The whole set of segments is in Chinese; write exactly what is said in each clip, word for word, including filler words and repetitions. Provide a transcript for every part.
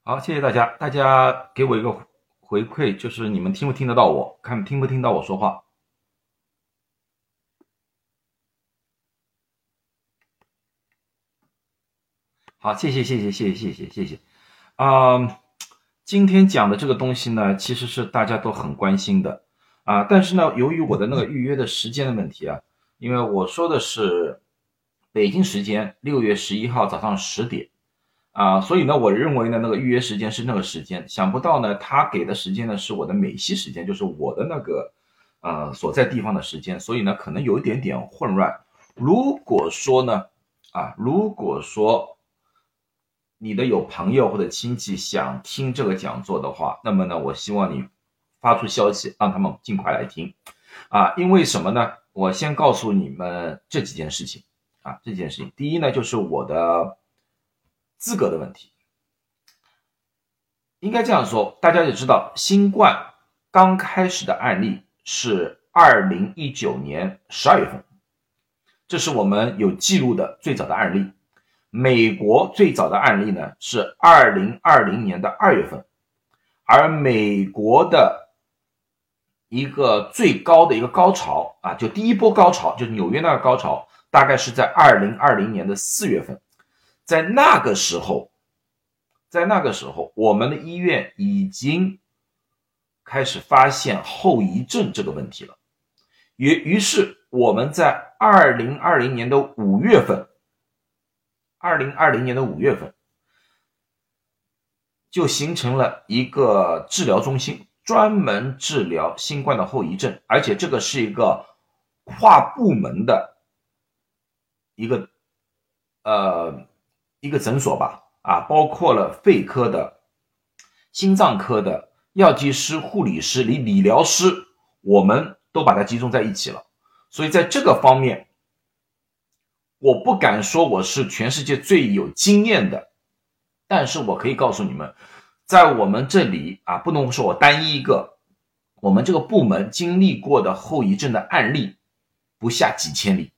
好，谢谢大家，大家给我一个回馈，就是你们听不听得到我，看听不听到我说话。好，谢谢谢谢谢谢谢谢谢谢。啊、呃今天讲的这个东西呢，其实是大家都很关心的啊，但是呢，由于我的那个预约的时间的问题啊，因为我说的是北京时间六月十一号早上十点啊，所以呢，我认为呢，那个预约时间是那个时间，想不到呢，他给的时间呢是我的美西时间，就是我的那个呃所在地方的时间，所以呢，可能有一点点混乱。如果说呢，啊，如果说你的有朋友或者亲戚想听这个讲座的话，那么呢，我希望你发出消息，让他们尽快来听啊。因为什么呢？我先告诉你们这几件事情啊，这几件事情。第一呢，就是我的资格的问题。应该这样说，大家也知道，新冠刚开始的案例是二零一九年十二月份，这是我们有记录的最早的案例。美国最早的案例呢是二零二零年的二月份，而美国的一个最高的一个高潮啊，就第一波高潮，就是纽约那个高潮，大概是在二零二零年的四月份。在那个时候，在那个时候，我们的医院已经开始发现后遗症这个问题了。于于是我们在二零二零年的五月份二零二零年的五月份，就形成了一个治疗中心，专门治疗新冠的后遗症，而且这个是一个跨部门的一个呃一个诊所吧，啊，包括了肺科的、心脏科的、药剂师、护理师、理理疗师，我们都把它集中在一起了。所以在这个方面，我不敢说我是全世界最有经验的，但是我可以告诉你们，在我们这里啊，不能说我单一一个，我们这个部门经历过的后遗症的案例不下几千例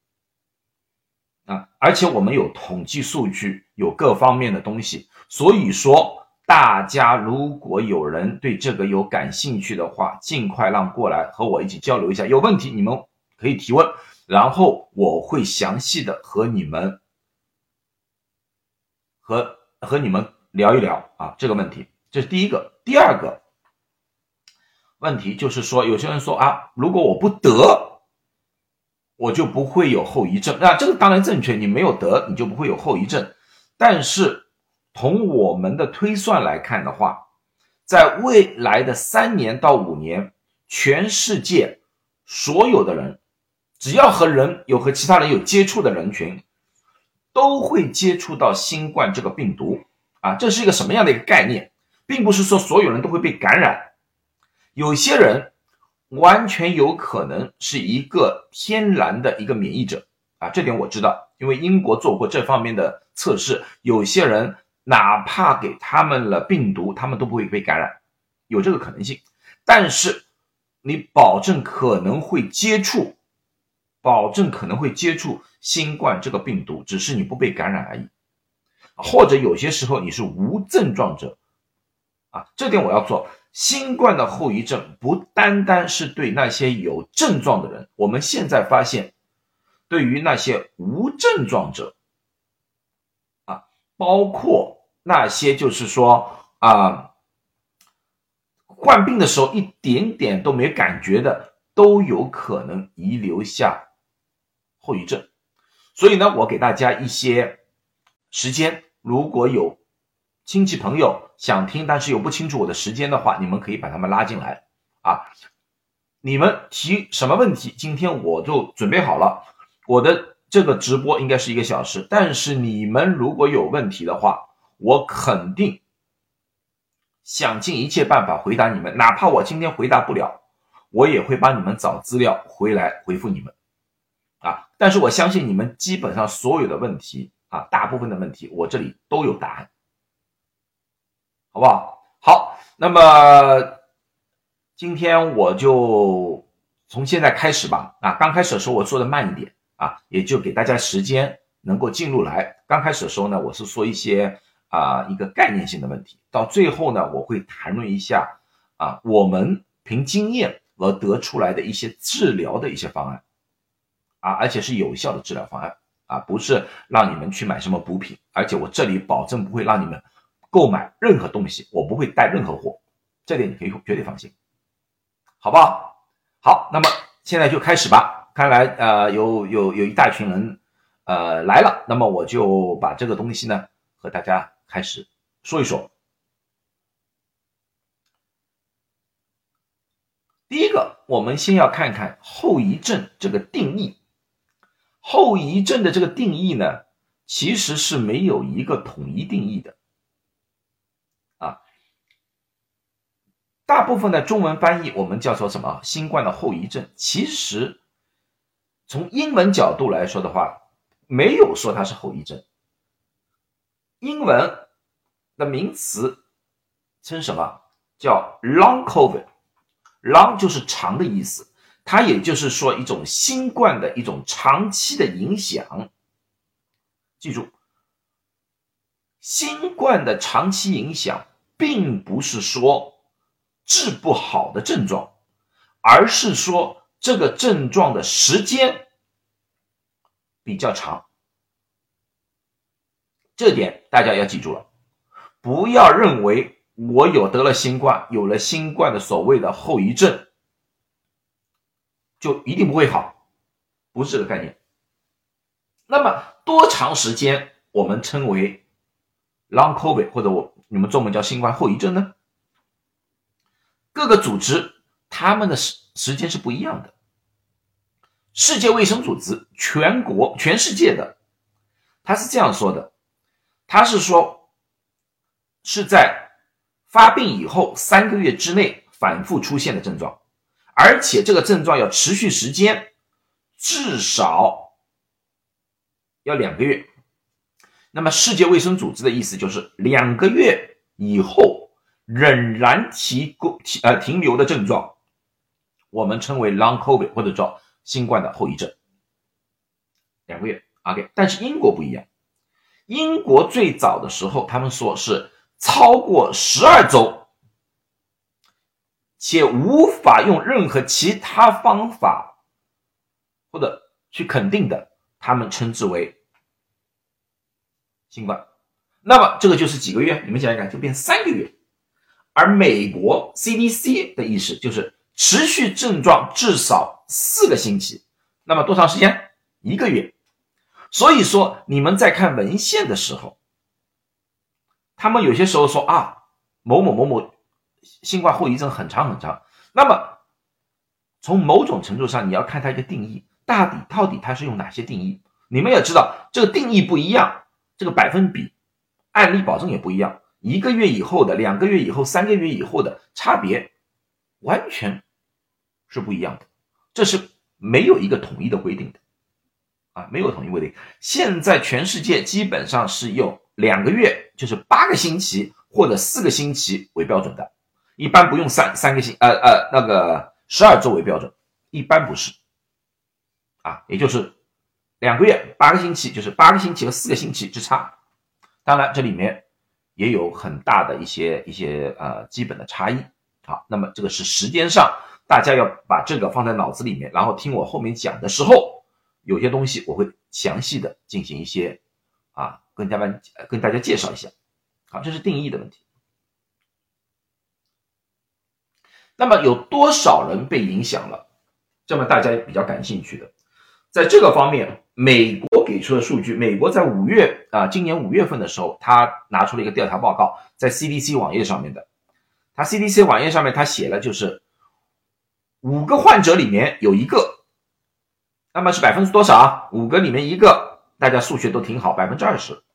啊，而且我们有统计数据，有各方面的东西，所以说大家如果有人对这个有感兴趣的话，尽快让过来和我一起交流一下，有问题你们可以提问，然后我会详细的和你们和和你们聊一聊啊这个问题。这是第一个。第二个问题就是说，有些人说啊，如果我不得，我就不会有后遗症。那这个当然正确，你没有得，你就不会有后遗症。但是从我们的推算来看的话，在未来的三年到五年，全世界所有的人，只要和人有和其他人有接触的人群，都会接触到新冠这个病毒啊，这是一个什么样的一个概念？并不是说所有人都会被感染，有些人完全有可能是一个天然的一个免疫者啊，这点我知道，因为英国做过这方面的测试，有些人哪怕给他们了病毒，他们都不会被感染，有这个可能性。但是你保证可能会接触，保证可能会接触新冠这个病毒，只是你不被感染而已。或者有些时候你是无症状者啊，这点我要做。新冠的后遗症不单单是对那些有症状的人，我们现在发现对于那些无症状者啊，包括那些就是说啊，患病的时候一点点都没感觉的，都有可能遗留下后遗症。所以呢，我给大家一些时间，如果有亲戚朋友想听，但是又不清楚我的时间的话，你们可以把他们拉进来啊。你们提什么问题，今天我就准备好了。我的这个直播应该是一个小时，但是你们如果有问题的话，我肯定想尽一切办法回答你们，哪怕我今天回答不了，我也会帮你们找资料回来回复你们啊。但是我相信你们基本上所有的问题啊，大部分的问题我这里都有答案，好不好？好，那么今天我就从现在开始吧。啊，刚开始的时候我做的慢一点啊，也就给大家时间能够进入来。刚开始的时候呢，我是说一些啊、一个概念性的问题。到最后呢，我会谈论一下啊我们凭经验而得出来的一些治疗的一些方案啊，而且是有效的治疗方案啊，不是让你们去买什么补品，而且我这里保证不会让你们购买任何东西，我不会带任何货，这点你可以绝对放心，好不好？好，那么现在就开始吧。看来呃有有有一大群人呃来了，那么我就把这个东西呢和大家开始说一说。第一个，我们先要看看后遗症这个定义。后遗症的这个定义呢，其实是没有一个统一定义的啊。大部分的中文翻译我们叫做什么？新冠的后遗症。其实从英文角度来说的话，没有说它是后遗症。英文的名词称什么？叫 long COVID。long 就是长的意思，它也就是说一种新冠的一种长期的影响。记住，新冠的长期影响并不是说治不好的症状，而是说这个症状的时间比较长。这点大家要记住了，不要认为我有得了新冠，有了新冠的所谓的后遗症就一定不会好，不是这个概念。那么多长时间我们称为 long COVID， 或者我你们中文叫新冠后遗症呢？各个组织他们的时间是不一样的。世界卫生组织全国全世界的，他是这样说的，他是说是在发病以后三个月之内反复出现的症状，而且这个症状要持续时间至少要两个月。那么世界卫生组织的意思就是两个月以后仍然提供呃停留的症状，我们称为 long COVID 或者叫新冠的后遗症。两个月 OK， 但是英国不一样，英国最早的时候他们说是超过十二周，且无法用任何其他方法或者去肯定的，他们称之为新冠。那么这个就是几个月，你们想想看，就变三个月。而美国 C D C 的意思就是持续症状至少四个星期，那么多长时间？一个月。所以说你们在看文献的时候，他们有些时候说啊，某某某某新冠后遗症很长很长，那么从某种程度上你要看它一个定义，大抵到底它是用哪些定义。你们也知道这个定义不一样，这个百分比案例保证也不一样，一个月以后的、两个月以后、三个月以后的差别完全是不一样的，这是没有一个统一的规定的啊，没有统一规定。现在全世界基本上是用两个月，就是八个星期或者四个星期为标准的，一般不用三三个星呃呃那个十二周为标准，一般不是啊，也就是两个月八个星期，就是八个星期和四个星期之差。当然这里面也有很大的一些一些呃基本的差异。好，那么这个是时间上大家要把这个放在脑子里面，然后听我后面讲的时候，有些东西我会详细的进行一些啊跟大家跟大家介绍一下。好，这是定义的问题。那么有多少人被影响了？这么大家比较感兴趣的，在这个方面，美国给出的数据，美国在五月啊，今年五月份的时候，他拿出了一个调查报告，在 C D C 网页上面的，他 C D C 网页上面他写了，就是五个患者里面有一个，那么是百分之多少啊？五个里面一个，大家数学都挺好，百分之二十。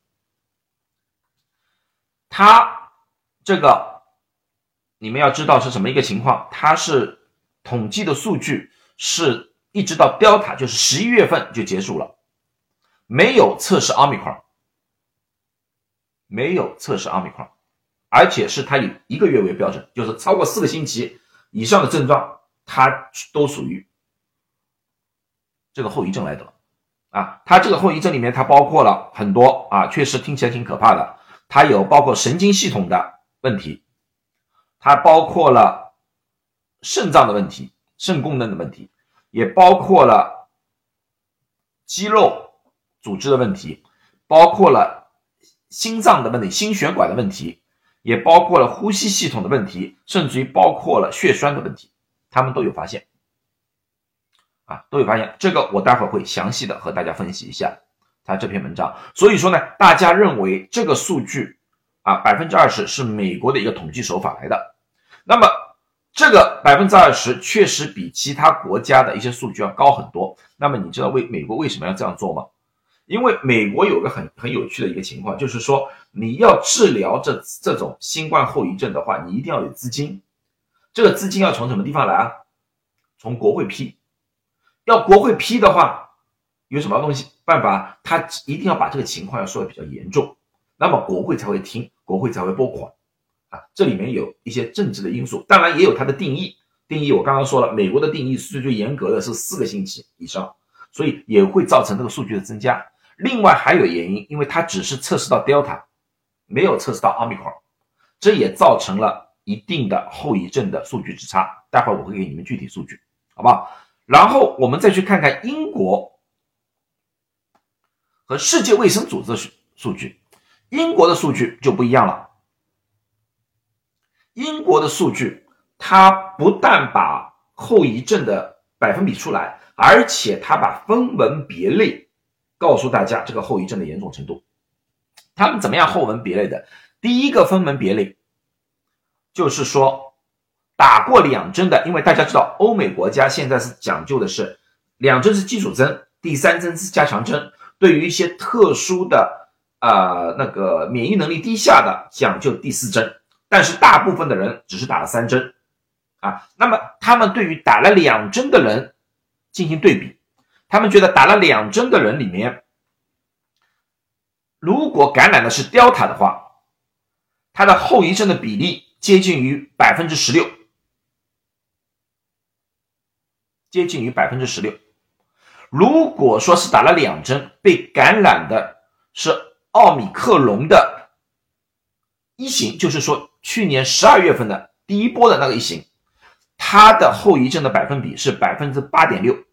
他这个你们要知道是什么一个情况，它是统计的数据是一直到 Delta 就是十一月份就结束了，没有测试 Omicron， 没有测试 Omicron， 而且是它以一个月为标准，就是超过四个星期以上的症状它都属于这个后遗症来得啊。它这个后遗症里面它包括了很多啊，确实听起来挺可怕的， 它有包括神经系统的问题，它包括了肾脏的问题，肾功能的问题，也包括了肌肉组织的问题，包括了心脏的问题，心血管的问题，也包括了呼吸系统的问题，甚至于包括了血栓的问题，他们都有发现啊，都有发现。这个我待会儿会详细的和大家分析一下他这篇文章。所以说呢，大家认为这个数据啊 百分之二十 是美国的一个统计手法来的。那么这个 百分之二十 确实比其他国家的一些数据要高很多。那么你知道为美国为什么要这样做吗？因为美国有个很很有趣的一个情况，就是说你要治疗这这种新冠后遗症的话，你一定要有资金。这个资金要从什么地方来啊？从国会批。要国会批的话，有什么东西办法？他一定要把这个情况要说的比较严重，那么国会才会听，国会才会拨款啊。这里面有一些政治的因素，当然也有它的定义。定义我刚刚说了，美国的定义是最严格的，是四个星期以上，所以也会造成这个数据的增加。另外还有原因，因为它只是测试到 Delta， 没有测试到 Omicron， 这也造成了一定的后遗症的数据之差。待会儿我会给你们具体数据，好不好？然后我们再去看看英国和世界卫生组织的数据。英国的数据就不一样了。英国的数据它不但把后遗症的百分比出来，而且它把分门别类告诉大家这个后遗症的严重程度。他们怎么样后门别类的？第一个分门别类就是说打过两针的，因为大家知道欧美国家现在是讲究的是两针是基础针，第三针是加强针，对于一些特殊的呃那个免疫能力低下的讲究第四针，但是大部分的人只是打了三针啊。那么他们对于打了两针的人进行对比，他们觉得打了两针的人里面，如果感染的是 Delta 的话，它的后遗症的比例接近于 百分之十六， 接近于 百分之十六。 如果说是打了两针被感染的是奥米克戎的一型，就是说去年十二月份的第一波的那个一型，它的后遗症的百分比是 百分之八点六，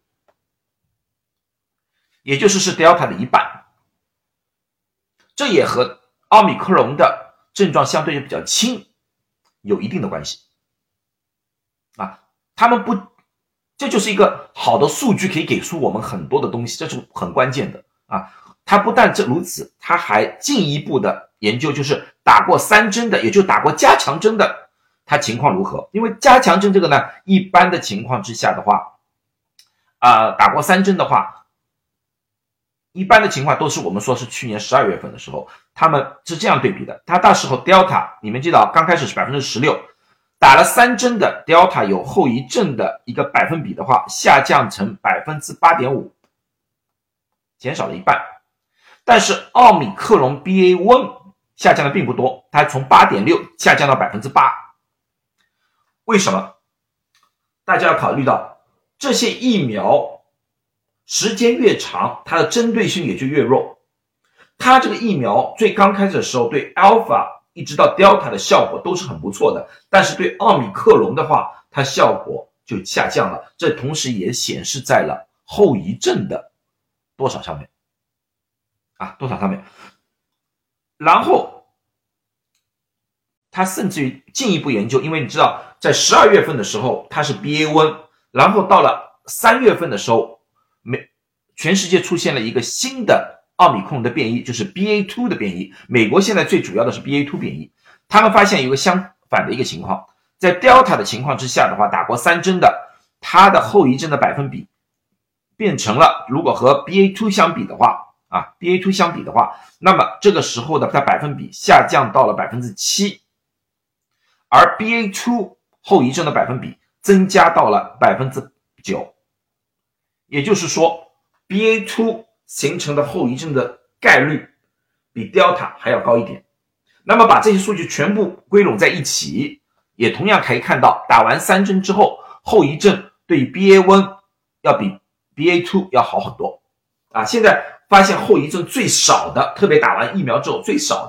也就是是 Delta 的一半。这也和奥米克戎的症状相对比较轻有一定的关系啊。他们不，这就是一个好的数据，可以给出我们很多的东西，这是很关键的啊。他不但这如此，他还进一步的研究，就是打过三针的，也就打过加强针的，他情况如何？因为加强针这个呢，一般的情况之下的话，啊、呃，打过三针的话，一般的情况都是我们说是去年十二月份的时候，他们是这样对比的。他那时候 Delta， 你们记得刚开始是 百分之十六， 打了三针的 Delta 有后遗症的一个百分比的话，下降成 百分之八点五， 减少了一半。但是奥米克戎 B A 一 下降的并不多，它从 八点六 下降到 百分之八。 为什么？大家要考虑到这些疫苗时间越长，它的针对性也就越弱。它这个疫苗最刚开始的时候对 Alpha 一直到 Delta 的效果都是很不错的，但是对奥米克戎的话，它效果就下降了，这同时也显示在了后遗症的多少上面啊，多少上面。然后他甚至于进一步研究，因为你知道在十二月份的时候它是 B A 一， 然后到了三月份的时候，美全世界出现了一个新的奥米克戎的变异，就是 B A 二 的变异。美国现在最主要的是 B A 二 变异，他们发现有个相反的一个情况，在 Delta 的情况之下的话，打过三针的，它的后遗症的百分比变成了，如果和 B A 二 相比的话啊 B A 二 相比的话，那么这个时候的它百分比下降到了 百分之七， 而 B A 二 后遗症的百分比增加到了 百分之九， 也就是说 B A 二 形成的后遗症的概率比 Delta 还要高一点。那么把这些数据全部归拢在一起，也同样可以看到打完三针之后，后遗症对于 B A 一 要比 B A 二 要好很多啊。现在发现后遗症最少的，特别打完疫苗之后最少的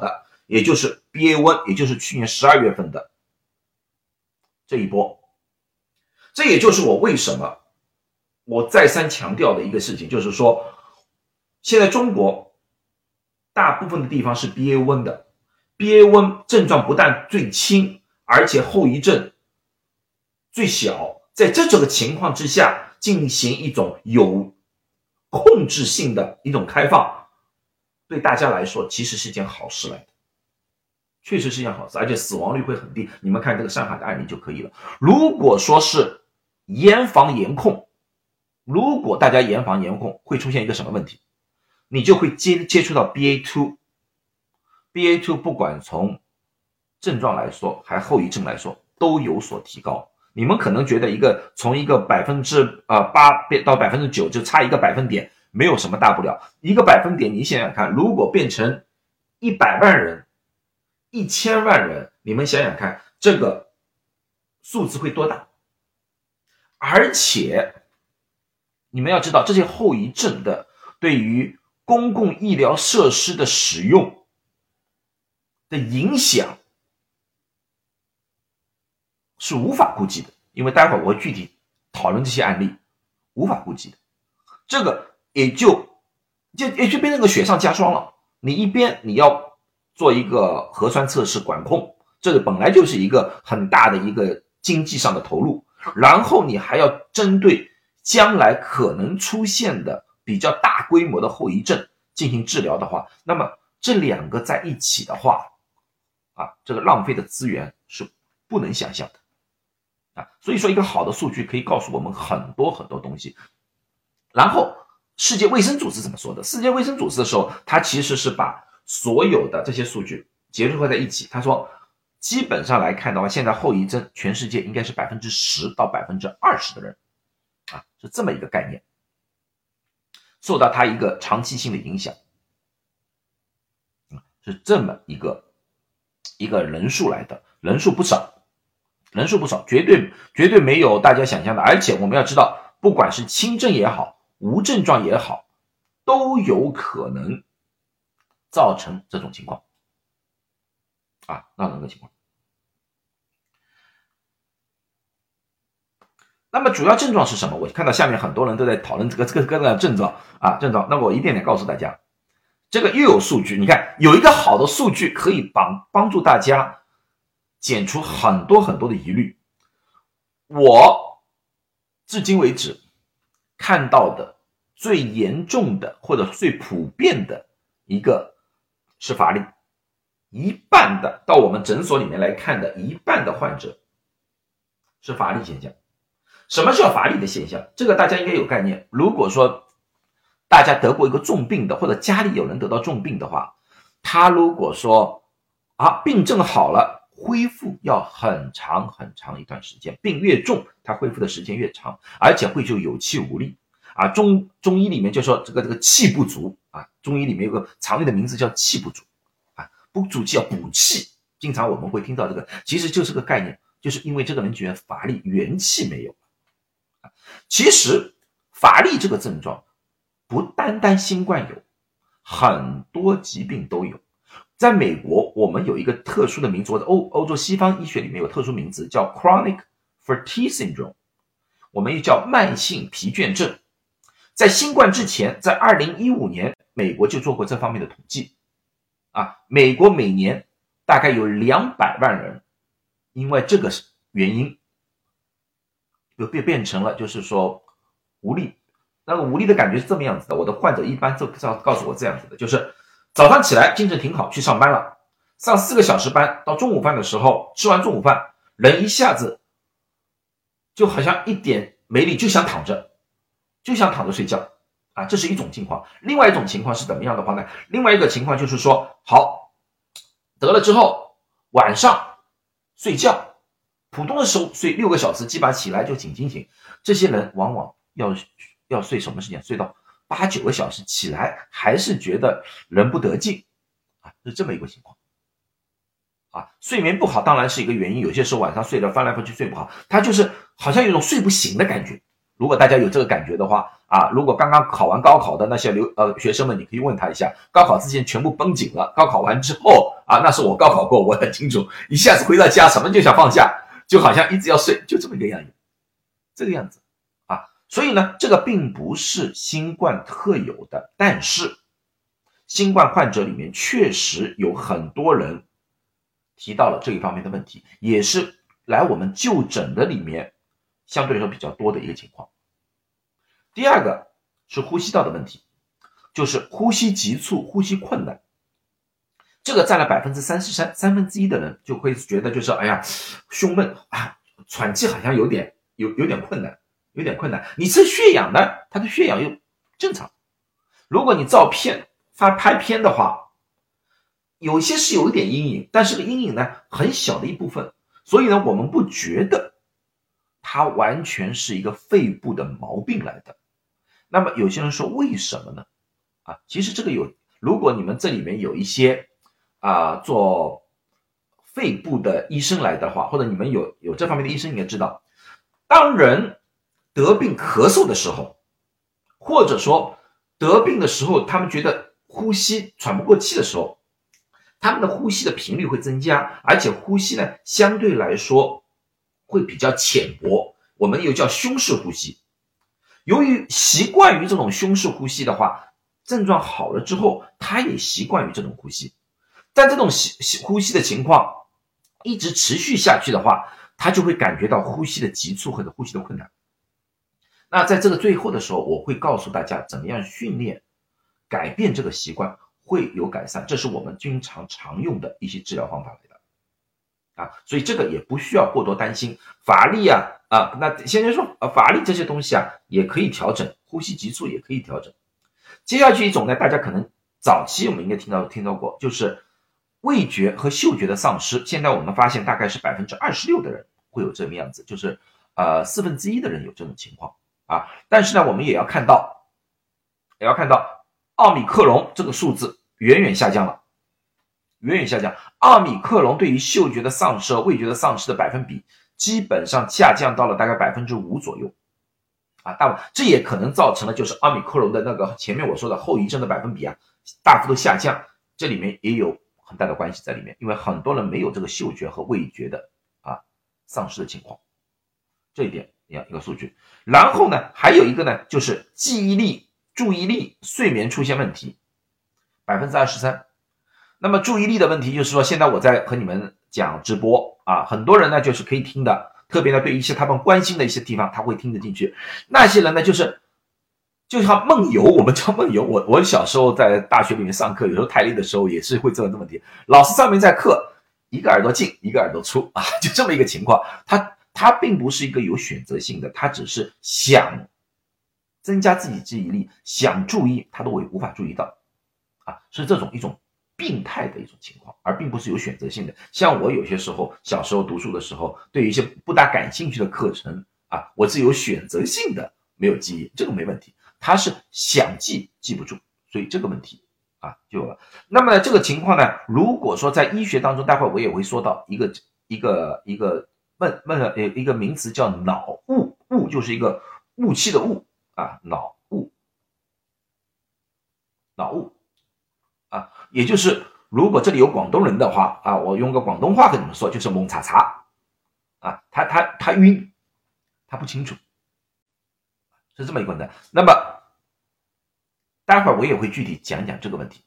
也就是 B A 一，也就是去年十二月份的这一波。这也就是我为什么我再三强调的一个事情，就是说现在中国大部分的地方是 B A 一 的， B A 一 症状不但最轻，而且后遗症最小，在这种情况之下进行一种有控制性的一种开放，对大家来说其实是件好事来的，确实是件好事，而且死亡率会很低。你们看这个上海的案例就可以了。如果说是严防严控，如果大家严防严控，会出现一个什么问题？你就会接接触到 B A 二， B A 二 不管从症状来说还后遗症来说都有所提高。你们可能觉得一个从一个百分之呃八到百分之九就差一个百分点没有什么大不了，一个百分点你想想看，如果变成一百万人一千万人，你们想想看这个数字会多大。而且你们要知道这些后遗症的对于公共医疗设施的使用的影响是无法估计的，因为待会儿我会具体讨论这些案例，无法估计的。这个也就就也就变成个雪上加霜了。你一边你要做一个核酸测试管控，这个本来就是一个很大的一个经济上的投入，然后你还要针对将来可能出现的比较大规模的后遗症进行治疗的话，那么这两个在一起的话啊，这个浪费的资源是不能想象的啊。所以说一个好的数据可以告诉我们很多很多东西。然后世界卫生组织怎么说的？世界卫生组织的时候，它其实是把所有的这些数据结合在一起，他说基本上来看的话，现在后遗症全世界应该是 百分之十 到 百分之二十 的人啊，是这么一个概念，受到它一个长期性的影响，是这么一个一个人数来的，人数不少，人数不少，绝对绝对没有大家想象的。而且我们要知道，不管是轻症也好，无症状也好，都有可能造成这种情况啊，那这个情况。那么主要症状是什么？我看到下面很多人都在讨论这个这个各个症状啊症状。那我一点点告诉大家，这个又有数据，你看有一个好的数据可以帮帮助大家减除很多很多的疑虑。我至今为止看到的最严重的或者最普遍的一个是乏力，一半的到我们诊所里面来看的一半的患者是乏力现象。什么叫乏力的现象？这个大家应该有概念。如果说大家得过一个重病的，或者家里有人得到重病的话，他如果说啊病症好了，恢复要很长很长一段时间，病越重他恢复的时间越长，而且会就有气无力啊。中中医里面就说这个这个气不足啊，中医里面有个常用的名字叫气不足啊，不足气要补气，经常我们会听到这个，其实就是个概念，就是因为这个人觉得乏力，元气没有。其实乏力这个症状不单单新冠有，很多疾病都有。在美国我们有一个特殊的名字，或者欧欧洲西方医学里面有特殊名字叫 chronic fatigue syndrome， 我们也叫慢性疲倦症。在新冠之前，在二零一五年美国就做过这方面的统计啊，美国每年大概有两百万人因为这个原因就变变成了就是说无力。那个无力的感觉是这么样子的，我的患者一般就告诉我这样子的，就是早上起来精神挺好，去上班了，上四个小时班，到中午饭的时候吃完中午饭，人一下子就好像一点没力，就想躺着就想躺着睡觉啊，这是一种情况。另外一种情况是怎么样的话呢？另外一个情况就是说，好得了之后晚上睡觉，普通的时候睡六个小时，基本上起来就挺清醒。这些人往往要要睡什么时间？睡到八九个小时，起来还是觉得人不得劲啊，是这么一个情况啊。睡眠不好当然是一个原因，有些时候晚上睡得翻来覆去睡不好，他就是好像有一种睡不醒的感觉。如果大家有这个感觉的话啊，如果刚刚考完高考的那些留呃学生们，你可以问他一下，高考之前全部绷紧了，高考完之后啊，那是我高考过，我很清楚，一下子回到家什么就想放下，就好像一直要睡，就这么一个样子，这个样子啊。所以呢，这个并不是新冠特有的，但是新冠患者里面确实有很多人提到了这一方面的问题，也是来我们就诊的里面相对来说比较多的一个情况。第二个是呼吸道的问题，就是呼吸急促、呼吸困难，这个占了百分之三十三，三分之一的人就会觉得就是哎呀胸闷啊，喘气好像有点有有点困难，有点困难。你测血氧呢，他的血氧又正常。如果你照片发拍片的话，有些是有一点阴影，但是这个阴影呢很小的一部分，所以呢我们不觉得它完全是一个肺部的毛病来的。那么有些人说为什么呢？啊，其实这个有，如果你们这里面有一些啊做肺部的医生来的话，或者你们有有这方面的医生应该知道，当人得病咳嗽的时候，或者说得病的时候他们觉得呼吸喘不过气的时候，他们的呼吸的频率会增加，而且呼吸呢相对来说会比较浅薄，我们又叫胸式呼吸。由于习惯于这种胸式呼吸的话，症状好了之后他也习惯于这种呼吸，但这种呼吸的情况一直持续下去的话，他就会感觉到呼吸的急促或者呼吸的困难。那在这个最后的时候，我会告诉大家怎么样训练改变这个习惯会有改善，这是我们经常常用的一些治疗方法来的啊，所以这个也不需要过多担心。乏力啊啊，那先生说啊，乏力这些东西啊也可以调整，呼吸急促也可以调整。接下去一种呢，大家可能早期我们应该听到听到过，就是味觉和嗅觉的丧失。现在我们发现大概是 百分之二十六 的人会有这个样子，就是呃四分之一的人有这种情况啊。但是呢，我们也要看到也要看到奥密克戎这个数字远远下降了，远远下降。奥密克戎对于嗅觉的丧失和味觉的丧失的百分比基本上下降到了大概 百分之五 左右啊，大这也可能造成了就是奥密克戎的那个前面我说的后遗症的百分比啊大幅度下降，这里面也有很大的关系在里面，因为很多人没有这个嗅觉和味觉的啊丧失的情况，这一点一个数据。然后呢，还有一个呢，就是记忆力、注意力、睡眠出现问题 百分之二十三。 那么注意力的问题就是说，现在我在和你们讲直播啊，很多人呢就是可以听的，特别呢对一些他们关心的一些地方他会听得进去。那些人呢就是就像梦游，我们叫梦游。我我小时候在大学里面上课，有时候太累的时候也是会这样的问题，老师上面在课，一个耳朵进一个耳朵出啊，就这么一个情况。他他并不是一个有选择性的，他只是想增加自己记忆力，想注意他都无法注意到啊，是这种一种病态的一种情况，而并不是有选择性的。像我有些时候小时候读书的时候，对于一些不大感兴趣的课程啊，我是有选择性的没有记忆，这个没问题。他是想记记不住，所以这个问题啊就有了。那么这个情况呢，如果说在医学当中，待会儿我也会说到一个一个一个问问呃一个名词叫脑雾，雾就是一个雾气的雾啊，脑雾，脑雾啊，也就是如果这里有广东人的话啊，我用个广东话跟你们说，就是蒙查查啊，他他他晕，他不清楚。是这么一个问题。那么待会儿我也会具体讲讲这个问题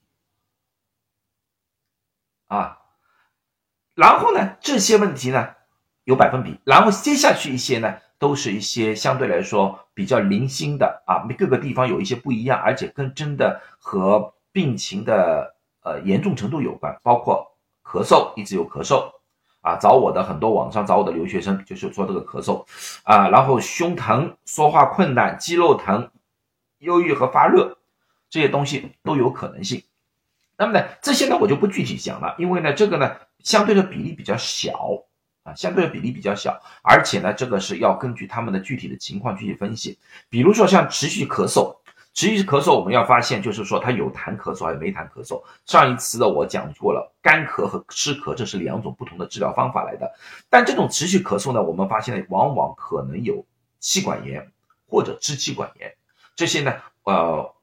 啊。然后呢，这些问题呢有百分比，然后接下去一些呢都是一些相对来说比较零星的啊，各个地方有一些不一样，而且跟真的和病情的呃严重程度有关，包括咳嗽，一直有咳嗽啊，找我的很多网上找我的留学生就是说这个咳嗽啊，然后胸疼、说话困难、肌肉疼、忧郁和发热，这些东西都有可能性。那么呢，这些呢我就不具体讲了，因为呢这个呢相对的比例比较小啊，相对的比例比较小，而且呢这个是要根据他们的具体的情况具体分析。比如说像持续咳嗽，持续咳嗽我们要发现就是说它有痰咳嗽还有没痰咳嗽。上一次的我讲过了，干咳和湿咳这是两种不同的治疗方法来的。但这种持续咳嗽呢，我们发现往往可能有气管炎或者支气管炎，这些呢呃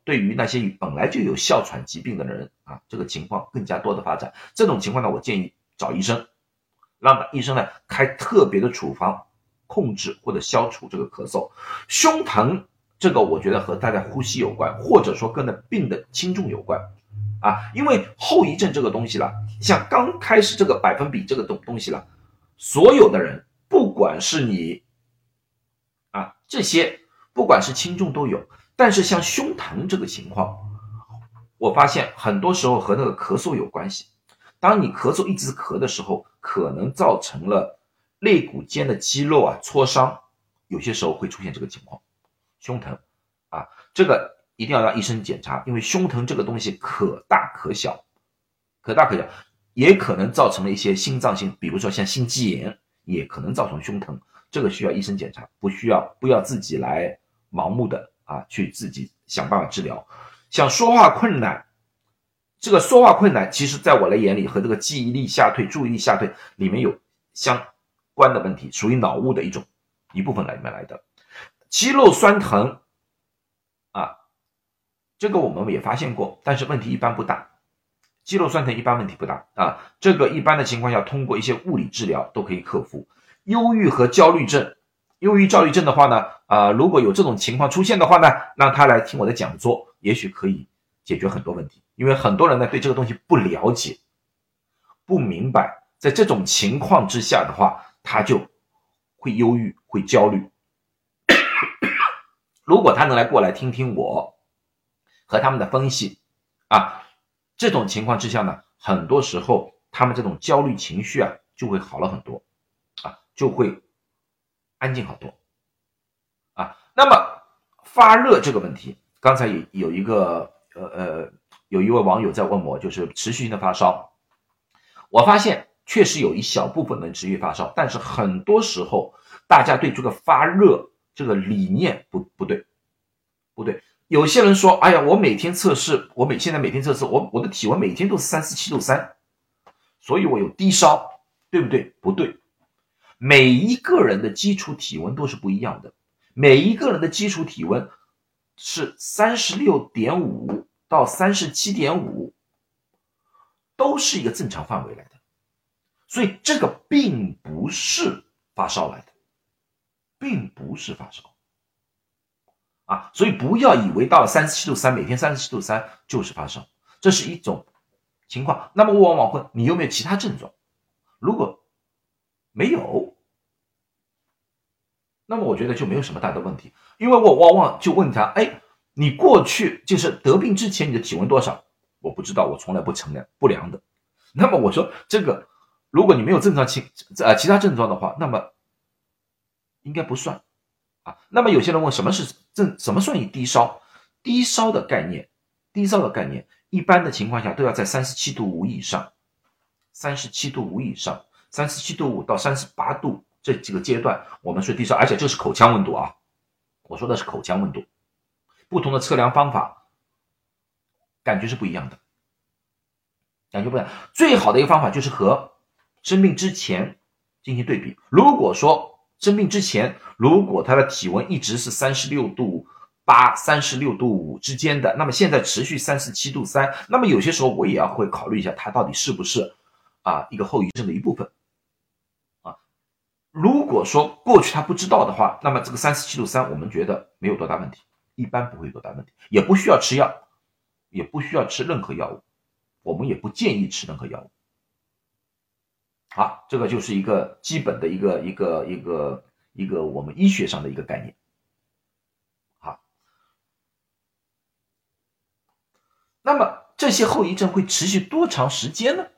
对于那些本来就有哮喘疾病的人啊，这个情况更加多的发展。这种情况呢，我建议找医生，让医生呢开特别的处方，控制或者消除这个咳嗽。胸疼这个我觉得和大家呼吸有关，或者说跟的病的轻重有关啊，因为后遗症这个东西了，像刚开始这个百分比这个东东西了，所有的人不管是你啊这些不管是轻重都有，但是像胸疼这个情况，我发现很多时候和那个咳嗽有关系。当你咳嗽一直咳的时候，可能造成了肋骨间的肌肉啊挫伤，有些时候会出现这个情况。胸疼啊，这个一定要让医生检查，因为胸疼这个东西可大可小，可大可小，也可能造成了一些心脏性，比如说像心肌炎，也可能造成胸疼，这个需要医生检查，不需要不要自己来盲目的啊去自己想办法治疗。像说话困难，这个说话困难其实在我的眼里和这个记忆力下退、注意力下退里面有相关的问题，属于脑雾的一种一部分里面来的。肌肉酸疼啊，这个我们也发现过，但是问题一般不大。肌肉酸疼一般问题不大啊，这个一般的情况下通过一些物理治疗都可以克服。忧郁和焦虑症，忧郁焦虑症的话呢，啊，如果有这种情况出现的话呢，让他来听我的讲座，也许可以解决很多问题。因为很多人呢对这个东西不了解，不明白，在这种情况之下的话，他就会忧郁，会焦虑。如果他能来过来听听我和他们的分析啊，这种情况之下呢，很多时候他们这种焦虑情绪啊就会好了很多啊，就会安静好多啊。那么发热这个问题，刚才有有一个呃呃有一位网友在问我，就是持续性的发烧，我发现确实有一小部分人持续发烧，但是很多时候大家对这个发热这个理念不不对，不对。有些人说，哎呀，我每天测试，我每现在每天测试，我我的体温每天都是三十七度三，所以我有低烧，对不对？不对，每一个人的基础体温都是不一样的，每一个人的基础体温是 三十六点五 到 三十七点五， 都是一个正常范围来的，所以这个并不是发烧来的，并不是发烧啊，所以不要以为到了三十七度三，每天三十七度三就是发烧，这是一种情况。那么我往往问你有没有其他症状，如果没有，那么我觉得就没有什么大的问题，因为我往往就问他，哎，你过去就是得病之前你的体温多少？我不知道，我从来不承认不良的。那么我说这个，如果你没有正常其呃其他症状的话，那么应该不算啊。那么有些人问什么是正什么算于低烧？低烧的概念，低烧的概念，一般的情况下都要在三十七度五以上，三十七度五以上，三十七度五到三十八度这几个阶段，我们说低烧，而且这是口腔温度啊，我说的是口腔温度，不同的测量方法感觉是不一样的，感觉不一样。最好的一个方法就是和生病之前进行对比。如果说生病之前，如果他的体温一直是三十六度八、三十六度五之间的，那么现在持续三十七度三，那么有些时候我也要会考虑一下他到底是不是啊一个后遗症的一部分啊。如果说过去他不知道的话，那么这个三十七度三我们觉得没有多大问题，一般不会有多大问题，也不需要吃药，也不需要吃任何药物，我们也不建议吃任何药物。好，这个就是一个基本的一个一个一个一个我们医学上的一个概念。好，那么这些后遗症会持续多长时间呢？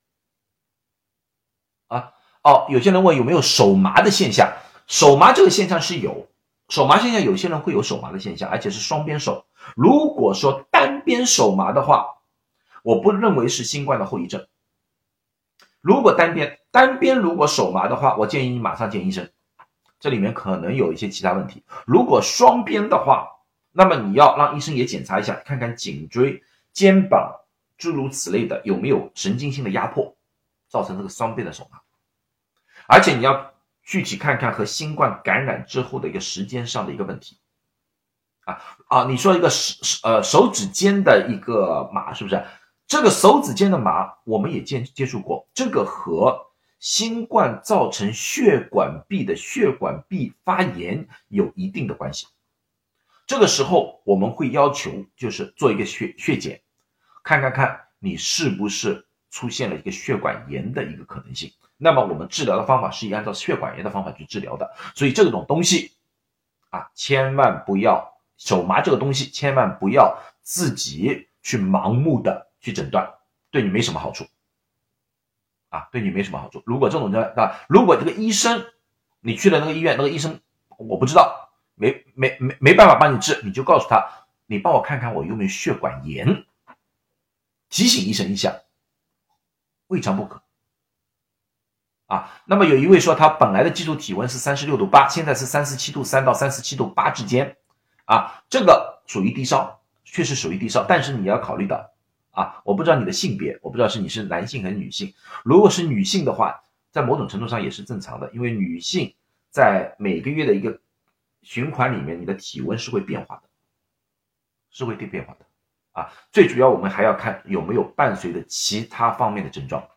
啊，哦，有些人问有没有手麻的现象，手麻这个现象是有，手麻现象有些人会有手麻的现象，而且是双边手。如果说单边手麻的话，我不认为是新冠的后遗症。如果单边单边如果手麻的话，我建议你马上见医生，这里面可能有一些其他问题。如果双边的话，那么你要让医生也检查一下，看看颈椎、肩膀诸如此类的有没有神经性的压迫，造成这个双边的手麻。而且你要具体看看和新冠感染之后的一个时间上的一个问题啊，你说一个手呃手指尖的一个麻，是不是？这个手指尖的麻我们也接接触过，这个和新冠造成血管壁的血管壁发炎有一定的关系。这个时候我们会要求就是做一个血血检，看看看你是不是出现了一个血管炎的一个可能性。那么我们治疗的方法是以按照血管炎的方法去治疗的，所以这种东西啊，千万不要手麻这个东西，千万不要自己去盲目的去诊断，对你没什么好处啊，对你没什么好处。如果这种的啊，如果这个医生你去了那个医院，那个医生我不知道，没没没没办法帮你治，你就告诉他，你帮我看看我有没有血管炎，提醒医生一下，未尝不可啊。那么有一位说他本来的基础体温是三十六度八，现在是三十七度三到三十七度八之间啊，这个属于低烧，确实属于低烧，但是你要考虑到啊，我不知道你的性别，我不知道是你是男性还是女性。如果是女性的话，在某种程度上也是正常的，因为女性在每个月的一个循环里面，你的体温是会变化的，是会变化的啊。最主要我们还要看有没有伴随的其他方面的症状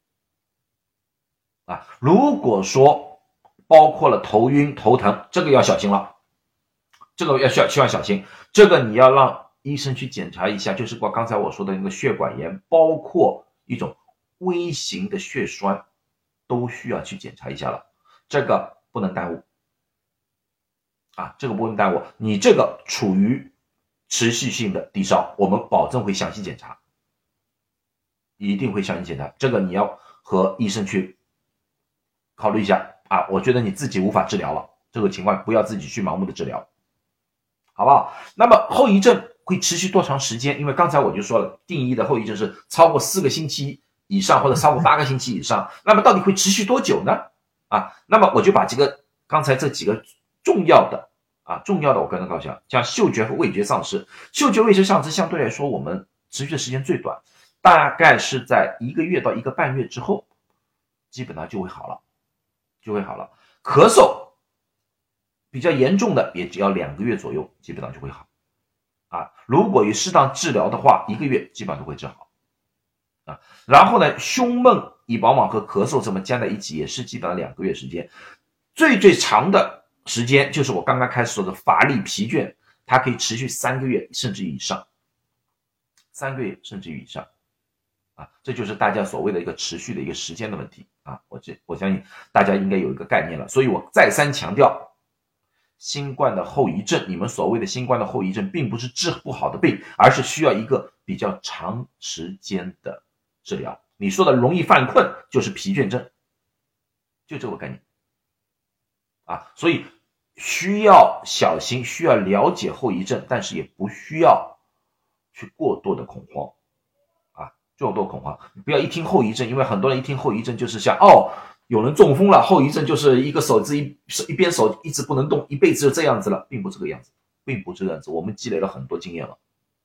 啊。如果说包括了头晕头疼，这个要小心了，这个要需要需要小心，这个你要让医生去检查一下，就是我刚才我说的那个血管炎，包括一种微型的血栓，都需要去检查一下了，这个不能耽误啊，这个不能耽误。你这个处于持续性的低烧，我们保证会详细检查，一定会详细检查，这个你要和医生去考虑一下啊。我觉得你自己无法治疗了，这个情况不要自己去盲目的治疗，好不好？那么后遗症会持续多长时间？因为刚才我就说了，定义的后遗症是超过四个星期以上或者超过八个星期以上，那么到底会持续多久呢？啊，那么我就把这个刚才这几个重要的啊重要的我跟大家告诉一下，像嗅觉和味觉丧失，嗅觉味觉丧失相对来说我们持续的时间最短，大概是在一个月到一个半月之后，基本上就会好了，就会好了。咳嗽比较严重的也只要两个月左右，基本上就会好啊。如果有适当治疗的话，一个月基本上都会治好啊。然后呢，胸闷、乙饱满和咳嗽这么加在一起，也是基本上两个月时间。最最长的时间就是我刚刚开始说的乏力、疲倦，它可以持续三个月甚至以上，三个月甚至以上啊，这就是大家所谓的一个持续的一个时间的问题啊。我这我相信大家应该有一个概念了，所以我再三强调。新冠的后遗症，你们所谓的新冠的后遗症并不是治不好的病，而是需要一个比较长时间的治疗。你说的容易犯困就是疲倦症，就这个概念啊，所以需要小心，需要了解后遗症，但是也不需要去过多的恐慌啊，过多恐慌，不要一听后遗症，因为很多人一听后遗症就是像哦。有人中风了，后遗症就是一个手指一一边手一直不能动，一辈子就这样子了，并不是这个样子，并不是这样子，我们积累了很多经验了。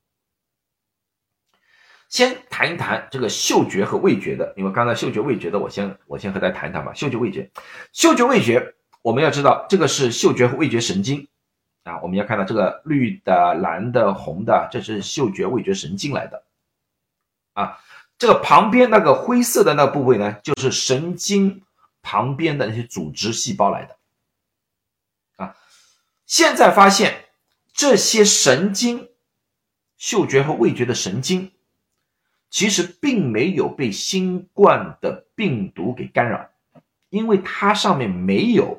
先谈一谈这个嗅觉和味觉的，因为刚才嗅觉味觉的，我先我先和大家谈谈吧。嗅觉味觉，嗅觉味觉，我们要知道这个是嗅觉和味觉神经啊，我们要看到这个绿的、蓝的、红的，这是嗅觉味觉神经来的啊。这个旁边那个灰色的那个部位呢，就是神经旁边的那些组织细胞来的啊。现在发现这些神经，嗅觉和味觉的神经，其实并没有被新冠的病毒给干扰，因为它上面没有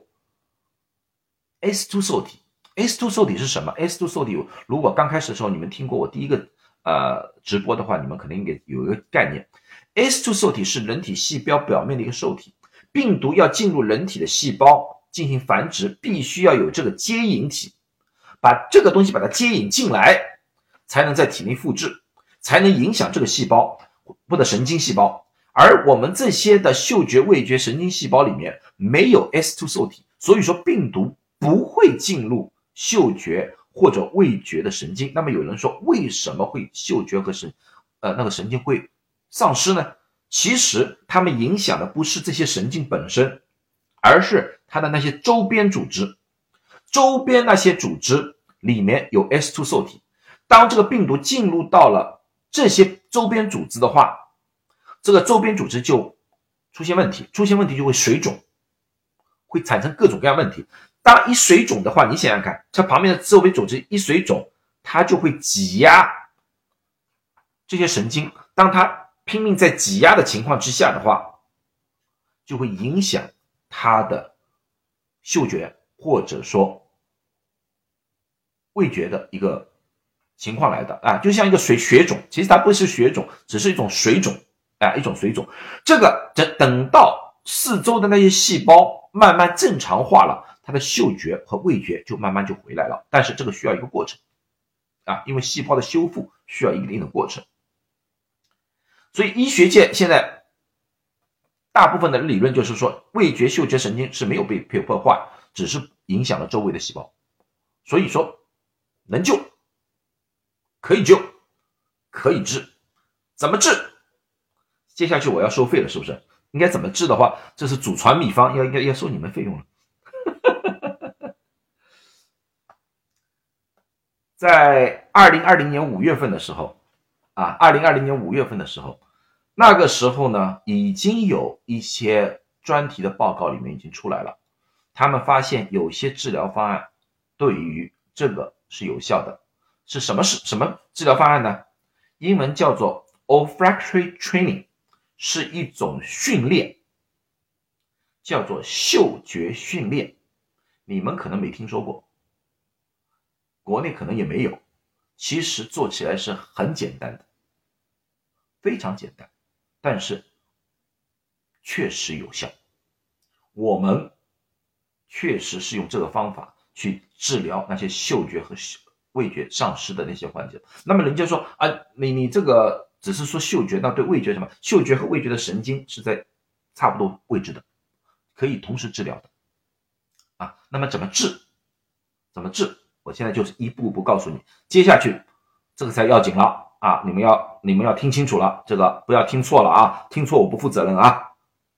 S 二 受体。S 二 受体是什么？ S 二 受体如果刚开始的时候你们听过我第一个呃直播的话，你们肯定有一个概念。S 二 受体是人体细胞表面的一个受体，病毒要进入人体的细胞进行繁殖，必须要有这个接引体，把这个东西把它接引进来，才能在体内复制，才能影响这个细胞或者神经细胞。而我们这些的嗅觉味觉神经细胞里面没有 S 二 受体，所以说病毒不会进入嗅觉或者味觉的神经。那么有人说为什么会嗅觉和神呃那个神经会丧失呢？其实他们影响的不是这些神经本身，而是它的那些周边组织。周边那些组织里面有 S 二 受体，当这个病毒进入到了这些周边组织的话，这个周边组织就出现问题，出现问题就会水肿，会产生各种各样问题。当一水肿的话，你想想看，它旁边的周边组织一水肿，它就会挤压这些神经，当它拼命在挤压的情况之下的话，就会影响它的嗅觉或者说味觉的一个情况来的啊，就像一个水血肿，其实它不是血肿，只是一种水肿啊，一种水肿。这个等到四周的那些细胞慢慢正常化了，它的嗅觉和味觉就慢慢就回来了，但是这个需要一个过程啊，因为细胞的修复需要一定的过程。所以医学界现在大部分的理论就是说，味觉嗅觉神经是没有被被破坏，只是影响了周围的细胞。所以说能救，可以救，可以治，怎么治？接下去我要收费了，是不是？应该怎么治的话，这是祖传秘方，要要要收你们费用了。在二零二零年五月份的时候啊 ,二零二零年五月份的时候，那个时候呢，已经有一些专题的报告里面已经出来了，他们发现有些治疗方案对于这个是有效的。是什么是什么治疗方案呢？英文叫做 olfactory training， 是一种训练，叫做嗅觉训练。你们可能没听说过，国内可能也没有，其实做起来是很简单的，非常简单，但是确实有效。我们确实是用这个方法去治疗那些嗅觉和味觉丧失的那些患者。那么人家说啊，你你这个只是说嗅觉，那对味觉什么？嗅觉和味觉的神经是在差不多位置的，可以同时治疗的啊。那么怎么治？怎么治？我现在就是一步步告诉你，接下去这个才要紧了啊！你们要你们要听清楚了，这个不要听错了啊！听错我不负责任啊！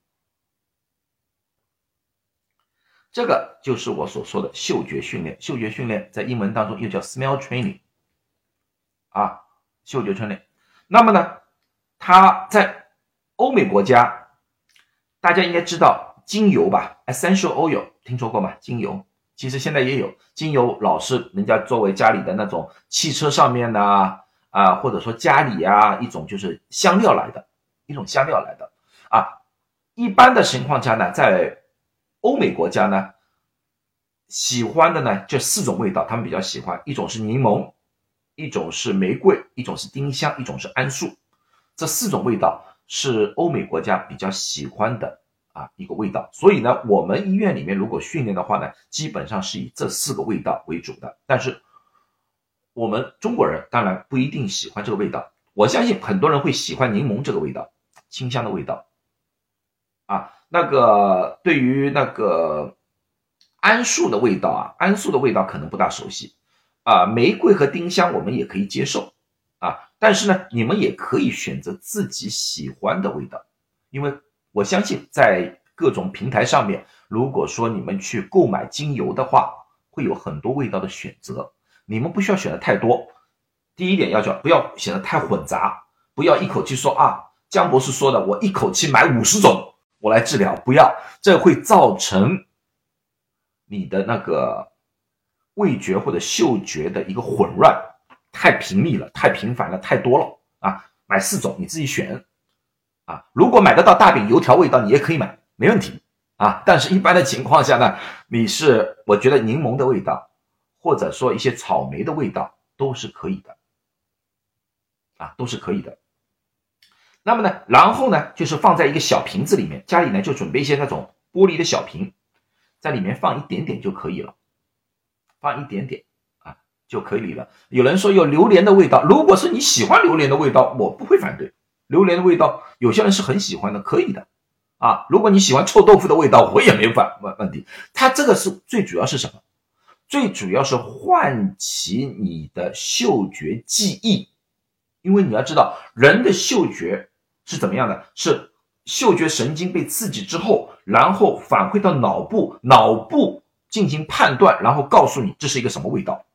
这个就是我所说的嗅觉训练，嗅觉训练在英文当中又叫 smell training 啊，嗅觉训练。那么呢，它在欧美国家，大家应该知道精油吧 essential oil 听说过吗？精油其实现在也有精油，老是人家作为家里的那种汽车上面的啊、呃、或者说家里啊一种就是香料来的，一种香料来的啊。一般的情况下呢，在欧美国家呢，喜欢的呢这四种味道他们比较喜欢，一种是柠檬，一种是玫瑰，一种是丁香，一种是桉树。这四种味道是欧美国家比较喜欢的啊一个味道。所以呢，我们医院里面如果训练的话呢，基本上是以这四个味道为主的。但是我们中国人当然不一定喜欢这个味道，我相信很多人会喜欢柠檬这个味道，清香的味道啊。那个对于那个桉树的味道啊，桉树的味道可能不大熟悉啊，玫瑰和丁香我们也可以接受啊，但是呢，你们也可以选择自己喜欢的味道，因为我相信在各种平台上面，如果说你们去购买精油的话，会有很多味道的选择，你们不需要选的太多。第一点要求不要选的太混杂，不要一口气说啊，江博士说的，我一口气买五十种我来治疗，不要，这会造成你的那个味觉或者嗅觉的一个混乱，太频密了，太频繁了，太多了啊！买四种你自己选啊，如果买得到大饼油条味道，你也可以买，没问题啊。但是一般的情况下呢，你是我觉得柠檬的味道，或者说一些草莓的味道都是可以的啊，都是可以的。那么呢，然后呢，就是放在一个小瓶子里面，家里呢就准备一些那种玻璃的小瓶，在里面放一点点就可以了，放一点点啊就可以了。有人说有榴莲的味道，如果是你喜欢榴莲的味道，我不会反对。榴莲的味道，有些人是很喜欢的，可以的啊。如果你喜欢臭豆腐的味道，我也没有反问题。它这个是最主要是什么？最主要是唤起你的嗅觉记忆，因为你要知道，人的嗅觉是怎么样的？是嗅觉神经被刺激之后，然后返回到脑部，脑部进行判断，然后告诉你这是一个什么味道。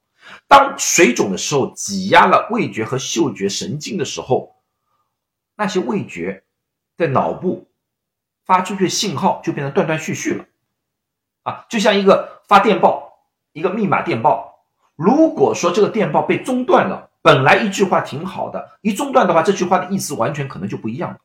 当水肿的时候挤压了味觉和嗅觉神经的时候，那些味觉在脑部发出去的信号就变成断断续续了啊，就像一个发电报，一个密码电报，如果说这个电报被中断了，本来一句话挺好的，一中断的话，这句话的意思完全可能就不一样了，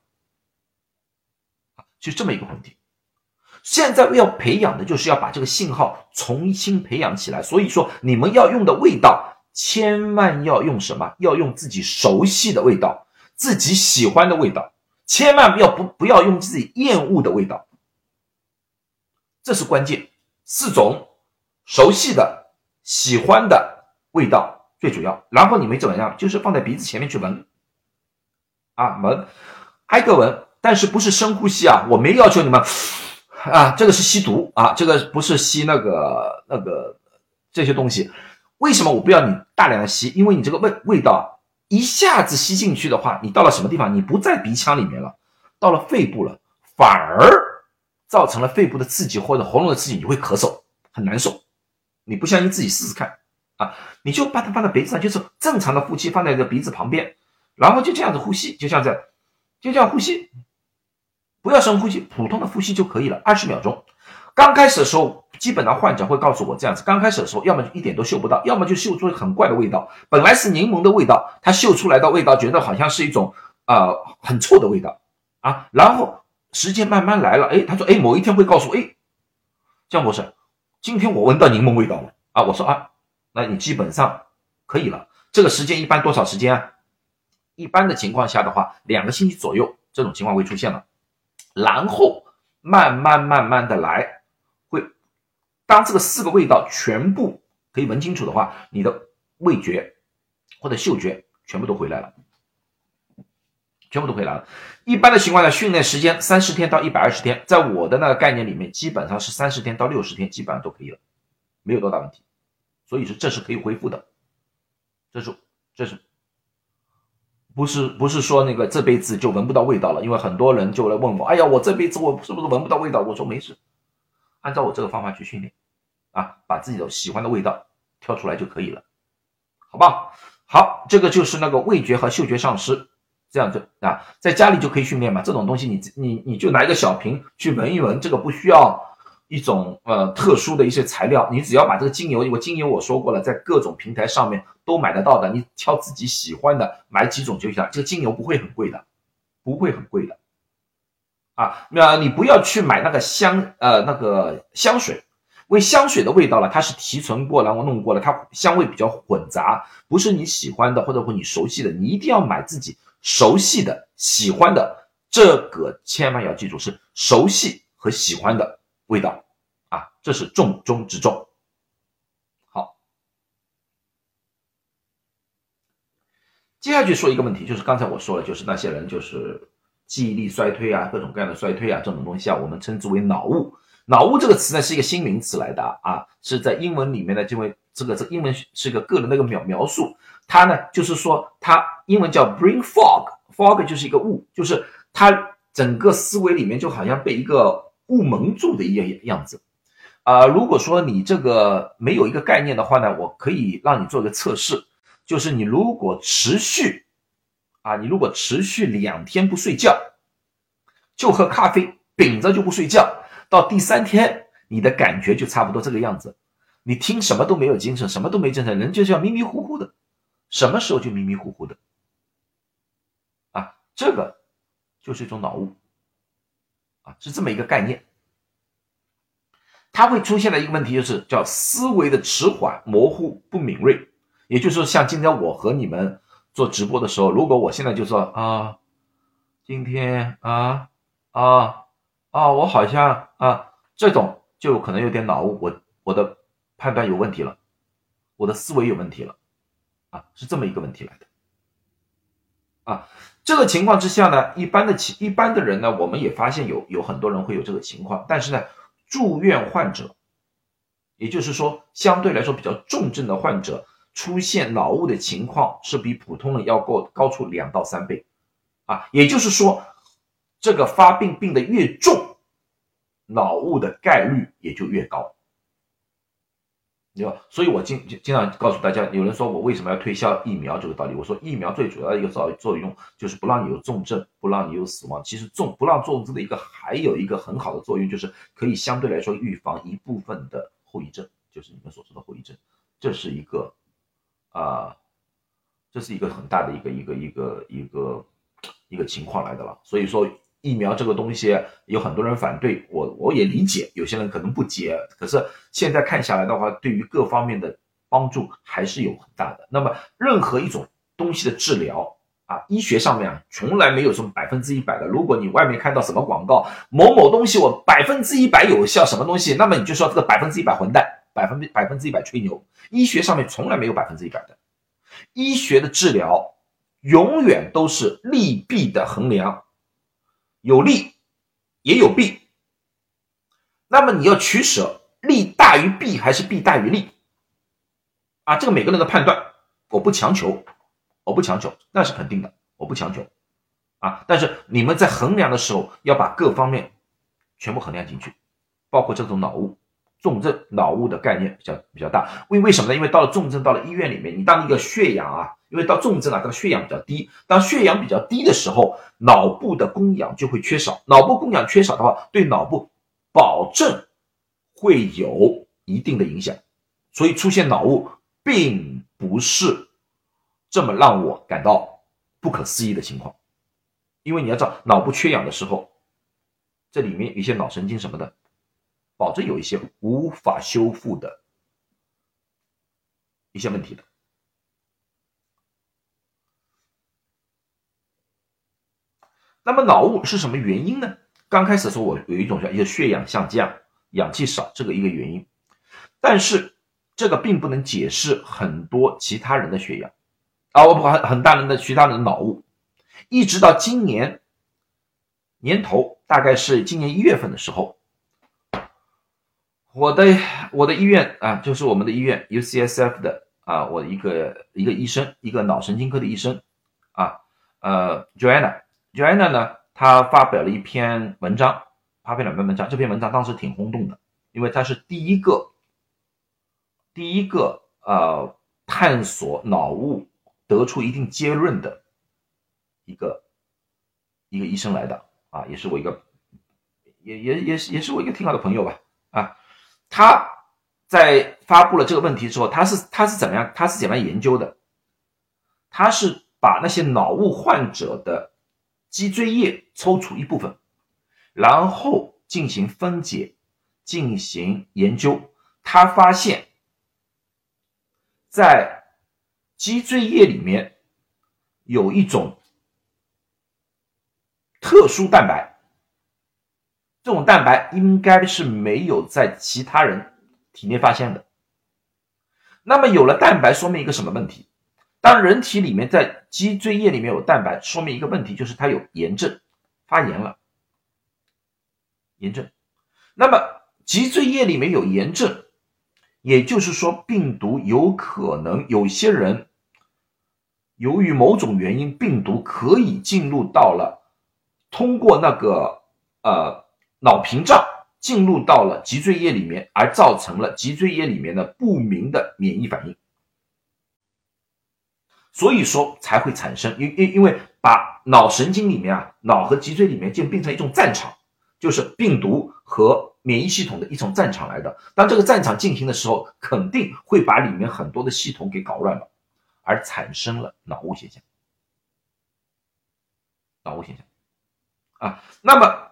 就这么一个问题。现在要培养的就是要把这个信号重新培养起来，所以说你们要用的味道千万要用什么？要用自己熟悉的味道，自己喜欢的味道，千万要不不要用自己厌恶的味道，这是关键。四种熟悉的喜欢的味道最主要，然后你们怎么样？就是放在鼻子前面去闻啊，闻，挨个闻，但是不是深呼吸啊？我没要求你们啊，这个是吸毒啊，这个不是吸那个那个这些东西。为什么我不要你大量的吸？因为你这个味味道一下子吸进去的话，你到了什么地方？你不在鼻腔里面了，到了肺部了，反而造成了肺部的刺激或者喉咙的刺激，你会咳嗽，很难受。你不相信自己试试看啊，你就把它放在鼻子上，就是正常的呼气放在这个鼻子旁边，然后就这样子呼吸，就像这样，就这样呼吸。不要深呼吸，普通的呼吸就可以了，二十秒钟。刚开始的时候，基本上患者会告诉我这样子，刚开始的时候，要么一点都嗅不到，要么就嗅出很怪的味道。本来是柠檬的味道，他嗅出来的味道，觉得好像是一种呃很臭的味道啊。然后时间慢慢来了，哎，他说，哎，某一天会告诉我，哎，江博士，今天我闻到柠檬味道了啊。我说啊，那你基本上可以了。这个时间一般多少时间啊？一般的情况下的话，两个星期左右，这种情况会出现了。然后慢慢慢慢的来，会当这个四个味道全部可以闻清楚的话，你的味觉或者嗅觉全部都回来了，全部都回来了。一般的情况下，训练时间三十天到一百二十天，在我的那个概念里面，基本上是三十天到六十天，基本上都可以了，没有多大问题。所以说这是可以恢复的，这是这是。不是不是说那个这辈子就闻不到味道了，因为很多人就来问我，哎呀，我这辈子我是不是闻不到味道？我说没事，按照我这个方法去训练啊，把自己的喜欢的味道挑出来就可以了，好不好？好，这个就是那个味觉和嗅觉丧失，这样子啊，在家里就可以训练嘛。这种东西你你你就拿一个小瓶去闻一闻，这个不需要一种呃特殊的一些材料，你只要把这个精油，我精油我说过了，在各种平台上面都买得到的，你挑自己喜欢的买几种就行了。这个精油不会很贵的，不会很贵的啊。那你不要去买那个香呃那个香水，因为香水的味道了，它是提纯过然后弄过了，它香味比较混杂，不是你喜欢的或者你熟悉的，你一定要买自己熟悉的喜欢的，这个千万要记住是熟悉和喜欢的味道啊，这是重中之重。好，接下去说一个问题，就是刚才我说了，就是那些人就是记忆力衰退啊，各种各样的衰退啊，这种东西啊，我们称之为脑雾。脑雾这个词呢是一个新名词来的啊，是在英文里面呢，因为这个这个英文是一个个人的一个描描述，它呢就是说它英文叫 brain fog，fog 就是一个雾，就是它整个思维里面就好像被一个雾蒙住的一个样子。啊、呃，如果说你这个没有一个概念的话呢，我可以让你做个测试，就是你如果持续啊，你如果持续两天不睡觉，就喝咖啡，秉着就不睡觉，到第三天你的感觉就差不多这个样子，你听什么都没有精神，什么都没精神，人就是要迷迷糊糊的，什么时候就迷迷糊糊的啊，这个就是一种脑雾啊，是这么一个概念。它会出现的一个问题就是叫思维的迟缓、模糊、不敏锐。也就是说，像今天我和你们做直播的时候，如果我现在就说啊，今天啊啊啊，我好像啊，这种就可能有点脑雾，我我的判断有问题了，我的思维有问题了啊，是这么一个问题来的啊。这个情况之下呢，一般的一般的人呢，我们也发现有有很多人会有这个情况，但是呢，住院患者，也就是说相对来说比较重症的患者，出现脑雾的情况是比普通人要高高出两到三倍啊，也就是说这个发病病的越重，脑雾的概率也就越高， 对吧？所以我经经常告诉大家，有人说我为什么要推销疫苗这个道理，我说疫苗最主要的一个作作用就是不让你有重症，不让你有死亡。其实重不让重症的一个还有一个很好的作用，就是可以相对来说预防一部分的后遗症，就是你们所说的后遗症。这是一个啊、呃，这是一个很大的一个一个一个一个一个情况来的了。所以说疫苗这个东西有很多人反对，我我也理解，有些人可能不解，可是现在看下来的话，对于各方面的帮助还是有很大的。那么任何一种东西的治疗啊，医学上面啊，从来没有什么百分之一百的。如果你外面看到什么广告，某某东西我百分之一百有效，什么东西，那么你就说这个百分之一百混蛋，百分百分之一百吹牛。医学上面从来没有百分之一百的，医学的治疗永远都是利弊的衡量。有利也有弊，那么你要取舍，利大于弊还是弊大于利啊？这个每个人的判断，我不强求，我不强求，那是肯定的，我不强求啊。但是你们在衡量的时候，要把各方面全部衡量进去，包括这种脑雾、重症脑雾的概念比较比较大。为为什么呢？因为到了重症，到了医院里面，你当一个血氧啊。因为到重症啊，这个血氧比较低，当血氧比较低的时候，脑部的供氧就会缺少，脑部供氧缺少的话，对脑部保证会有一定的影响，所以出现脑雾并不是这么让我感到不可思议的情况。因为你要知道，脑部缺氧的时候，这里面一些脑神经什么的，保证有一些无法修复的一些问题的。那么脑雾是什么原因呢？刚开始说我有一种叫血氧下降、氧气少这个一个原因，但是这个并不能解释很多其他人的血氧啊，我不很很大人的其他人的脑雾，一直到今年年头，大概是今年一月份的时候，我的我的医院啊，就是我们的医院 U C S F 的啊，我一个一个医生，一个脑神经科的医生啊，呃 Joanna。Joanna 呢，她发表了一篇文章，发表了一篇文章，这篇文章当时挺轰动的，因为她是第一个，第一个呃探索脑雾得出一定结论的一个一个医生来的啊，也是我一个，也也也是也是我一个挺好的朋友吧啊，他在发布了这个问题之后，他是他是怎么样，他是怎么样研究的？他是把那些脑雾患者的脊椎叶抽出一部分，然后进行分解，进行研究。他发现，在脊椎叶里面有一种特殊蛋白，这种蛋白应该是没有在其他人体内发现的。那么有了蛋白，说明一个什么问题？当人体里面在脊椎叶里面有蛋白，说明一个问题，就是它有炎症，发炎了，炎症。那么脊椎叶里面有炎症，也就是说病毒有可能，有些人由于某种原因，病毒可以进入到了，通过那个呃脑屏障进入到了脊椎叶里面，而造成了脊椎叶里面的不明的免疫反应。所以说才会产生，因因因为把脑神经里面啊，脑和脊椎里面就变成一种战场，就是病毒和免疫系统的一种战场来的。当这个战场进行的时候，肯定会把里面很多的系统给搞乱了，而产生了脑雾现象。脑雾现象啊，那么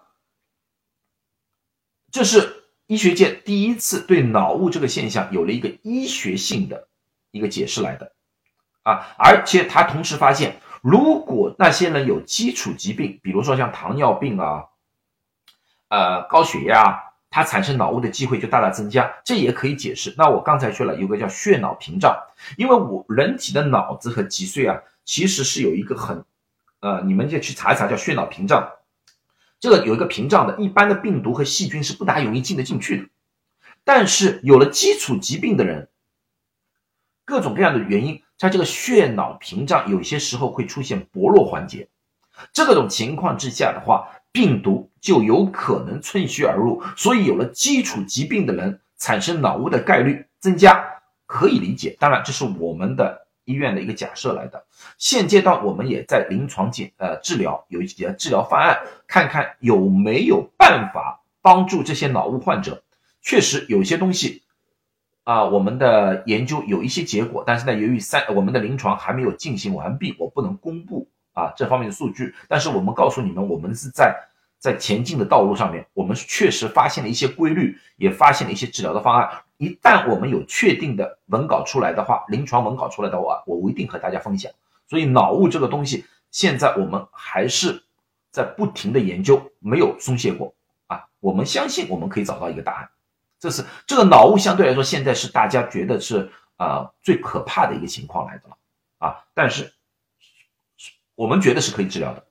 这是医学界第一次对脑雾这个现象有了一个医学性的一个解释来的。啊，而且他同时发现，如果那些人有基础疾病，比如说像糖尿病啊、呃高血压，它产生脑雾的机会就大大增加，这也可以解释。那我刚才说了，有个叫血脑屏障，因为我人体的脑子和脊髓啊，其实是有一个很，呃，你们就去查一查，叫血脑屏障。这个有一个屏障的，一般的病毒和细菌是不大容易进得进去的，但是有了基础疾病的人，各种各样的原因，在这个血脑屏障有些时候会出现薄弱环节，这种情况之下的话，病毒就有可能趁虚而入，所以有了基础疾病的人产生脑雾的概率增加， 可以理解，当然这是我们的医院的一个假设来的。现阶段我们也在临床检呃治疗，有一些治疗方案，看看有没有办法帮助这些脑雾患者。确实有些东西啊、呃，我们的研究有一些结果，但是呢，由于三我们的临床还没有进行完毕，我不能公布啊这方面的数据。但是我们告诉你们，我们是在在前进的道路上面，我们确实发现了一些规律，也发现了一些治疗的方案。一旦我们有确定的文稿出来的话，临床文稿出来的话，我一定和大家分享。所以脑雾这个东西，现在我们还是在不停的研究，没有松懈过啊。我们相信我们可以找到一个答案。这是这个脑雾相对来说，现在是大家觉得是啊、呃、最可怕的一个情况来的了啊，但是我们觉得是可以治疗的，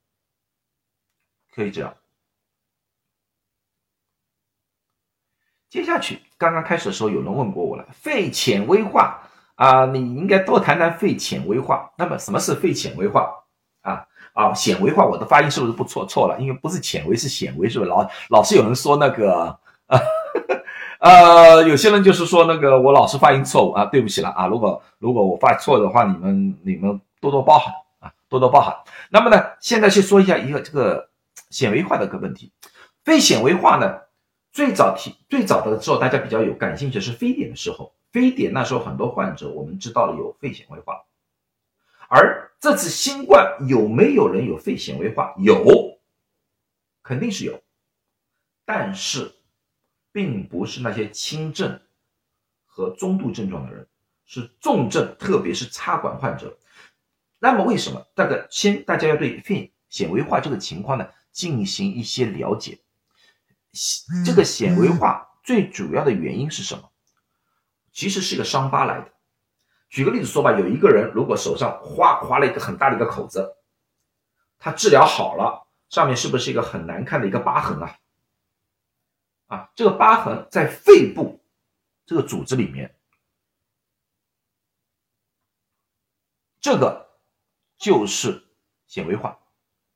可以治疗。接下去，刚刚开始的时候有人问过我了，肺纤维化啊、呃，你应该多谈谈肺纤维化。那么什么是肺纤维化啊？啊，纤维化，我的发音是不是不错？错了，因为不是纤维是纤维，是不是？老老是有人说那个啊，呃，有些人就是说那个我老是发音错误啊，对不起了啊，如果如果我发错的话，你们你们多多包涵啊，多多包涵。那么呢，现在去说一下一个这个纤维化的一个问题，肺纤维化呢。最早提最早的时候，大家比较有感兴趣的是非典的时候，非典那时候很多患者我们知道了有肺纤维化，而这次新冠有没有人有肺纤维化？有，肯定是有，但是并不是那些轻症和中度症状的人，是重症，特别是插管患者。那么为什么？这个先大家要对肺纤维化这个情况呢进行一些了解。这个纤维化最主要的原因是什么？其实是一个伤疤来的。举个例子说吧，有一个人如果手上划划了一个很大的一个口子，他治疗好了，上面是不是一个很难看的一个疤痕啊？啊，这个疤痕在肺部这个组织里面，这个就是纤维化。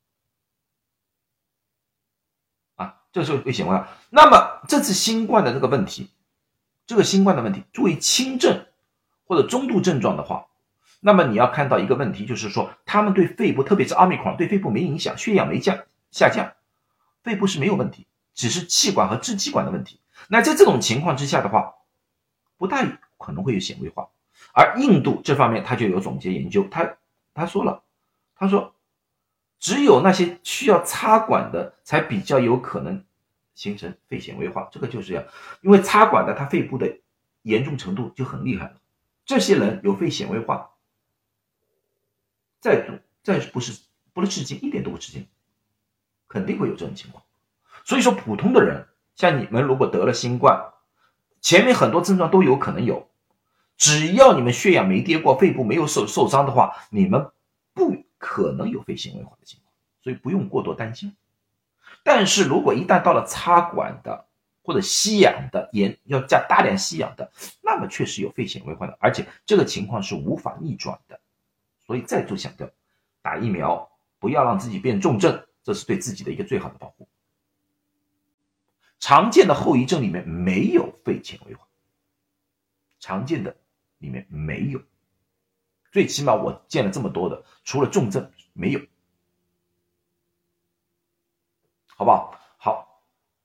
这是肺纤维化。那么这次新冠的这个问题，这个新冠的问题，作为轻症或者中度症状的话，那么你要看到一个问题，就是说他们对肺部，特别是奥密克戎对肺部没影响，血氧没降下降，肺部是没有问题，只是气管和支气管的问题。那在这种情况之下的话，不大可能会有纤维化。而印度这方面他就有总结研究，他他说了，他说只有那些需要插管的才比较有可能形成肺纤维化，这个就是这样，因为插管的他肺部的严重程度就很厉害了。这些人有肺纤维化，再再不是不是吃惊，一点都不吃惊，肯定会有这种情况。所以说普通的人，像你们如果得了新冠，前面很多症状都有可能有，只要你们血氧没跌过，肺部没有受受伤的话，你们不可能有肺纤维化的情况，所以不用过多担心。但是如果一旦到了插管的或者吸氧的，盐要加大量吸氧的，那么确实有肺纤维化的，而且这个情况是无法逆转的。所以再度强调，打疫苗不要让自己变重症，这是对自己的一个最好的保护。常见的后遗症里面没有肺纤维化，常见的里面没有，最起码我见了这么多的，除了重症没有，好不好？好，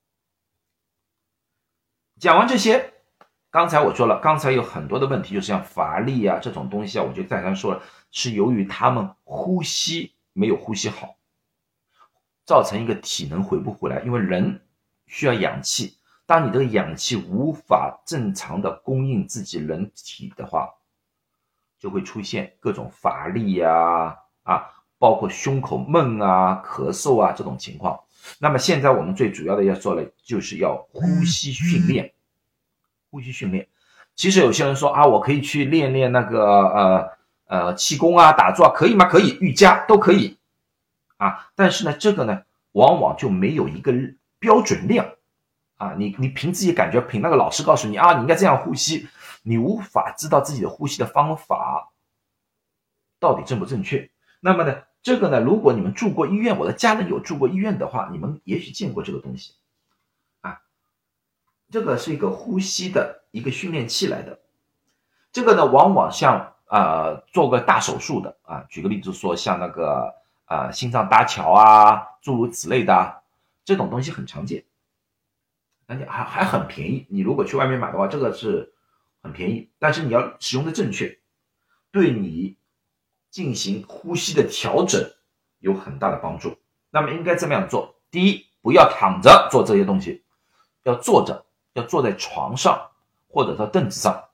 讲完这些，刚才我说了，刚才有很多的问题，就是像乏力啊这种东西啊，我就再三说了，是由于他们呼吸没有呼吸好，造成一个体能回不回来，因为人需要氧气，当你这个氧气无法正常的供应自己人体的话，就会出现各种乏力呀、啊，啊，包括胸口闷啊、咳嗽啊这种情况。那么现在我们最主要的要做的就是要呼吸训练，呼吸训练。其实有些人说啊，我可以去练练那个呃呃气功啊、打坐啊，可以吗？可以，瑜伽都可以啊。但是呢，这个呢，往往就没有一个标准量啊。你你凭自己感觉，凭那个老师告诉你啊，你应该这样呼吸，你无法知道自己的呼吸的方法到底正不正确。那么呢，这个呢，如果你们住过医院，我的家人有住过医院的话，你们也许见过这个东西啊。这个是一个呼吸的一个训练器来的， 这个呢，往往像呃做个大手术的啊，举个例子说，像那个呃心脏搭桥啊，诸如此类的、啊，这种东西很常见，而且还还很便宜。你如果去外面买的话，这个是很便宜，但是你要使用的正确，对你进行呼吸的调整有很大的帮助。那么应该这么样做？第一，不要躺着做这些东西，要坐着，要坐在床上或者说凳子上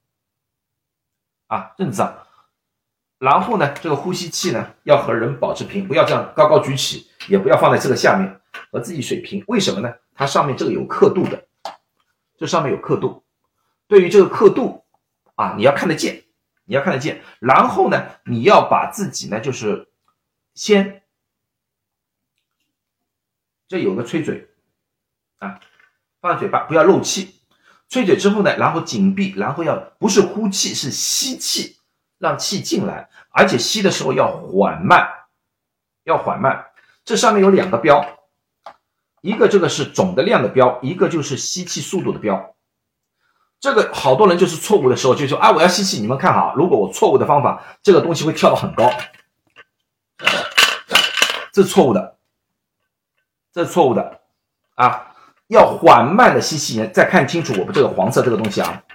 啊，凳子上。然后呢，这个呼吸器呢要和人保持平，不要这样高高举起，也不要放在这个下面，和自己水平。为什么呢？它上面这个有刻度的，这上面有刻度。对于这个刻度啊，你要看得见，你要看得见。然后呢，你要把自己呢，就是先这有个吹嘴啊，放在嘴巴，不要漏气。吹嘴之后呢，然后紧闭，然后要不是呼气，是吸气，让气进来，而且吸的时候要缓慢，要缓慢。这上面有两个标，一个这个是总的量的标，一个就是吸气速度的标。这个好多人就是错误的时候就说啊，我要吸气，你们看好，如果我错误的方法，这个东西会跳到很高，这是错误的，这是错误的啊。要缓慢的吸气，再看清楚我们这个黄色这个东西啊，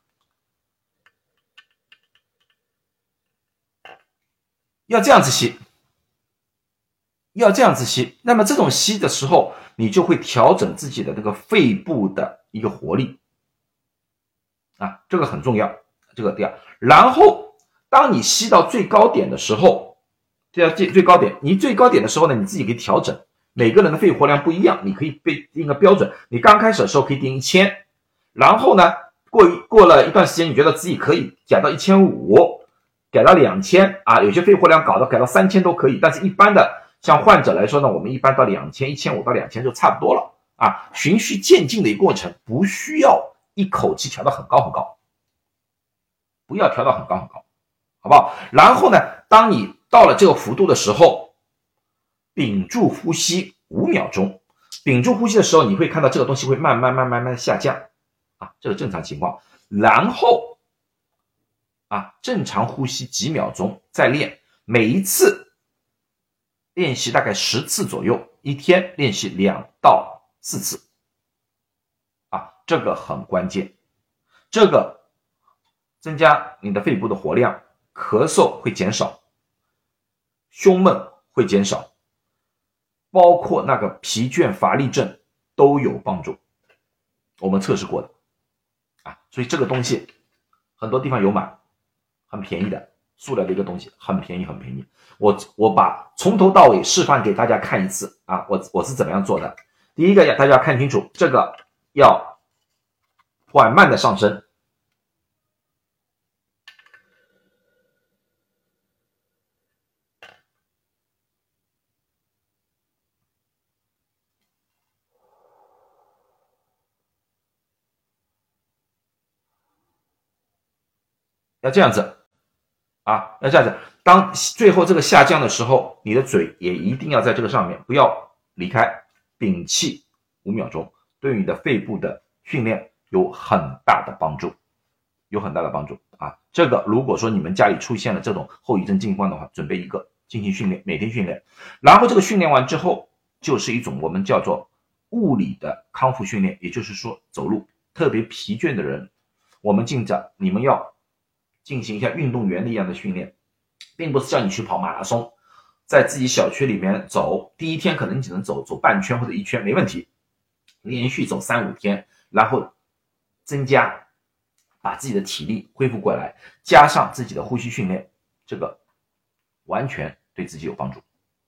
要这样子吸，要这样子吸。那么这种吸的时候，你就会调整自己的这个肺部的一个活力啊，这个很重要，这个第二。然后当你吸到最高点的时候，这要最最高点，你最高点的时候呢，你自己可以调整。每个人的肺活量不一样，你可以被定个标准。你刚开始的时候可以定一千，然后呢，过过了一段时间，你觉得自己可以改到一千五，改到两千啊，有些肺活量搞到改到三千都可以。但是一般的像患者来说呢，我们一般到两千、一千五到两千就差不多了啊，循序渐进的一个过程，不需要一口气调到很高很高，不要调到很高很高，好不好？然后呢，当你到了这个幅度的时候，屏住呼吸五秒钟，屏住呼吸的时候，你会看到这个东西会慢慢慢慢慢下降啊，这个正常情况。然后啊，正常呼吸几秒钟再练，每一次练习大概十次左右，一天练习两到四次啊，这个很关键，这个增加你的肺部的活量，咳嗽会减少，胸闷会减少，包括那个疲倦乏力症都有帮助，我们测试过的啊，所以这个东西很多地方有买，很便宜的塑料的一个东西，很便宜很便宜。我我把从头到尾示范给大家看一次啊，我我是怎么样做的。第一个大家要看清楚，这个要缓慢的上升，要这样子啊，要这样子。当最后这个下降的时候，你的嘴也一定要在这个上面，不要离开，屏气五秒钟，对你的肺部的训练有很大的帮助，有很大的帮助啊。这个如果说你们家里出现了这种后遗症境况的话，准备一个进行训练，每天训练。然后这个训练完之后，就是一种我们叫做物理的康复训练，也就是说走路特别疲倦的人，我们进展你们要进行一下运动员的一样的训练，并不是叫你去跑马拉松，在自己小区里面走，第一天可能你只能走走半圈或者一圈没问题，连续走三五天，然后增加把自己的体力恢复过来，加上自己的呼吸训练，这个完全对自己有帮助。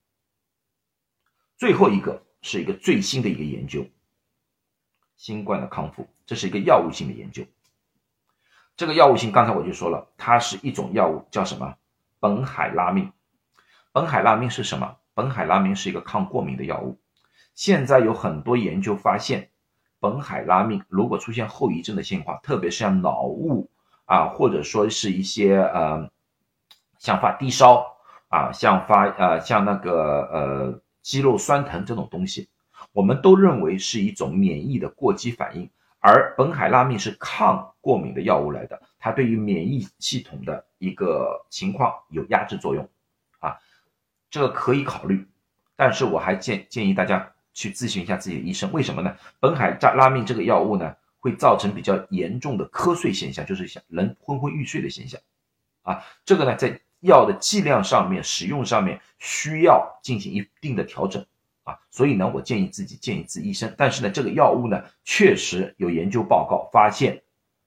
最后一个是一个最新的一个研究，新冠的康复，这是一个药物性的研究。这个药物性刚才我就说了，它是一种药物，叫什么？苯海拉命。苯海拉命是什么？苯海拉命是一个抗过敏的药物。现在有很多研究发现，苯海拉命如果出现后遗症的情况，特别是像脑雾啊，或者说是一些呃，像发低烧啊，像发呃像那个呃肌肉酸疼这种东西，我们都认为是一种免疫的过激反应， 而苯海拉命是抗过敏的药物来的，它对于免疫系统的一个情况有压制作用啊，这个可以考虑，但是我还建建议大家去咨询一下自己的医生，为什么呢？苯海拉命这个药物呢，会造成比较严重的瞌睡现象，就是像人昏昏欲睡的现象啊，这个呢在药的剂量上面、使用上面需要进行一定的调整啊，所以呢，我建议自己建议自己医生。但是呢，这个药物呢，确实有研究报告发现，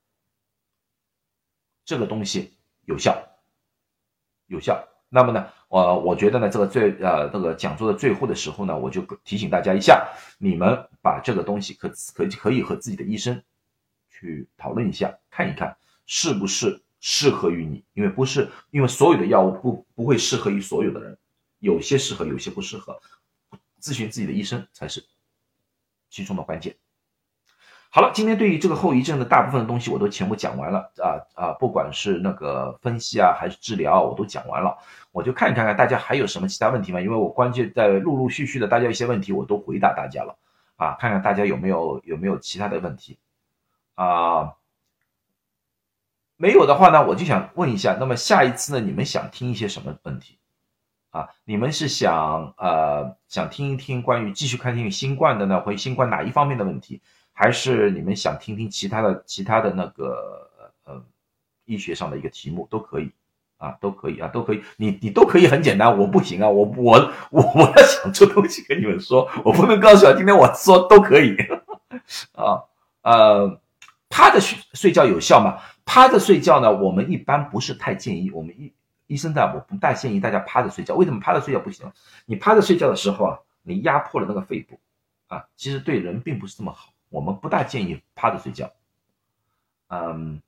这个东西有效，有效。那么呢，呃，我觉得呢，这个最呃这个讲座的最后的时候呢，我就提醒大家一下，你们把这个东西可可可以和自己的医生去讨论一下，看一看是不是适合于你，因为不是因为所有的药物不不会适合于所有的人，有些适合，有些不适合，咨询自己的医生才是其中的关键。好了，今天对于这个后遗症的大部分的东西我都全部讲完了啊啊，不管是那个分析啊还是治疗我都讲完了，我就看看看大家还有什么其他问题吗？因为我关键在陆陆续续的大家一些问题我都回答大家了啊，看看大家有没有有没有其他的问题啊。没有的话呢，我就想问一下，那么下一次呢，你们想听一些什么问题啊？你们是想呃想听一听关于继续看听新冠的呢，或者新冠哪一方面的问题，还是你们想听听其他的其他的那个呃医学上的一个题目都可以啊，都可以啊，都可以，你你都可以很简单，我不行啊，我我我我要想出东西跟你们说，我不能告诉你今天我说都可以啊呃。趴着睡觉有效吗？趴着睡觉呢，我们一般不是太建议，我们医医生呢，我不大建议大家趴着睡觉。为什么趴着睡觉不行？你趴着睡觉的时候啊，你压迫了那个肺部啊，其实对人并不是这么好，我们不大建议趴着睡觉。嗯，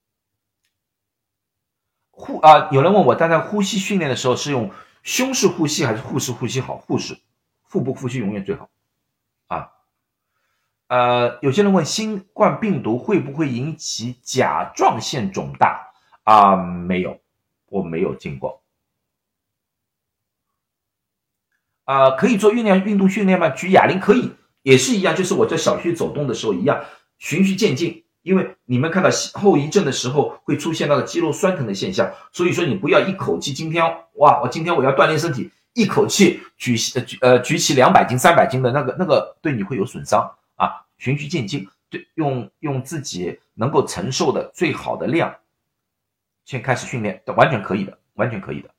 呼啊，有人问我，大家呼吸训练的时候是用胸式呼吸还是腹式呼吸好？腹式，腹部呼吸永远最好啊。呃，有些人问新冠病毒会不会引起甲状腺肿大啊？没有，我没有见过。啊，可以做运练运动训练吗？举哑铃可以，也是一样，就是我在小区走动的时候一样，循序渐进。因为你们看到后遗症的时候会出现那个肌肉酸疼的现象，所以说你不要一口气今天哇，我今天我要锻炼身体，一口气举呃举起两百斤、三百斤的那个那个对你会有损伤。啊，循序渐进，对，用用自己能够承受的最好的量，先开始训练，完全可以的，完全可以的。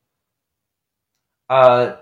呃，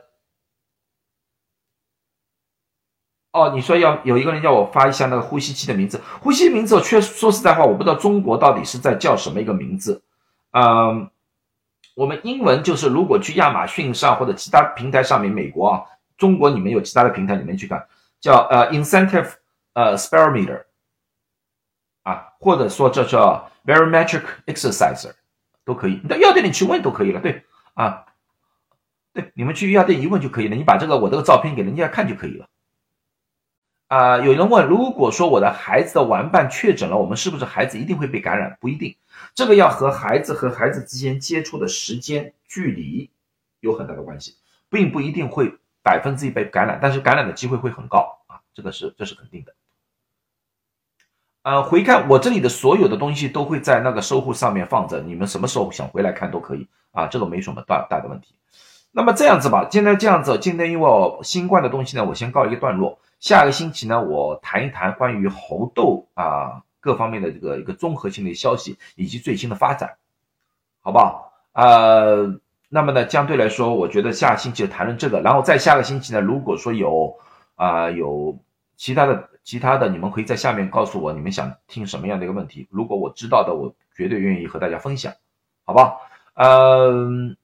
哦，你说要有一个人要我发一下那个呼吸器的名字，呼吸名字我确实说实在话，我不知道中国到底是在叫什么一个名字。嗯，我们英文就是如果去亚马逊上或者其他平台上面，美国啊，中国你们有其他的平台，你们去看。叫呃 incentive 呃 spirometer 啊，或者说这叫 barometric exerciser 都可以，你到药店里去问都可以了，对啊，对，你们去药店一问就可以了，你把这个我这个照片给人家看就可以了。啊、呃，有人问，如果说我的孩子的玩伴确诊了，我们是不是孩子一定会被感染？不一定，这个要和孩子和孩子之间接触的时间距离有很大的关系，并不一定会百分之一被感染，但是感染的机会会很高啊，这个是这是肯定的。呃，回看我这里的所有的东西都会在那个收户上面放着，你们什么时候想回来看都可以啊，这个没什么大大的问题。那么这样子吧，现在这样子，今天因为我新冠的东西呢，我先告一个段落。下个星期呢，我谈一谈关于猴痘啊各方面的这个一个综合性的消息以及最新的发展，好不好？呃。那么呢，相对来说，我觉得下个星期谈论这个，然后再下个星期呢，如果说有啊、呃、有其他的其他的，你们可以在下面告诉我你们想听什么样的一个问题，如果我知道的，我绝对愿意和大家分享，好不好？嗯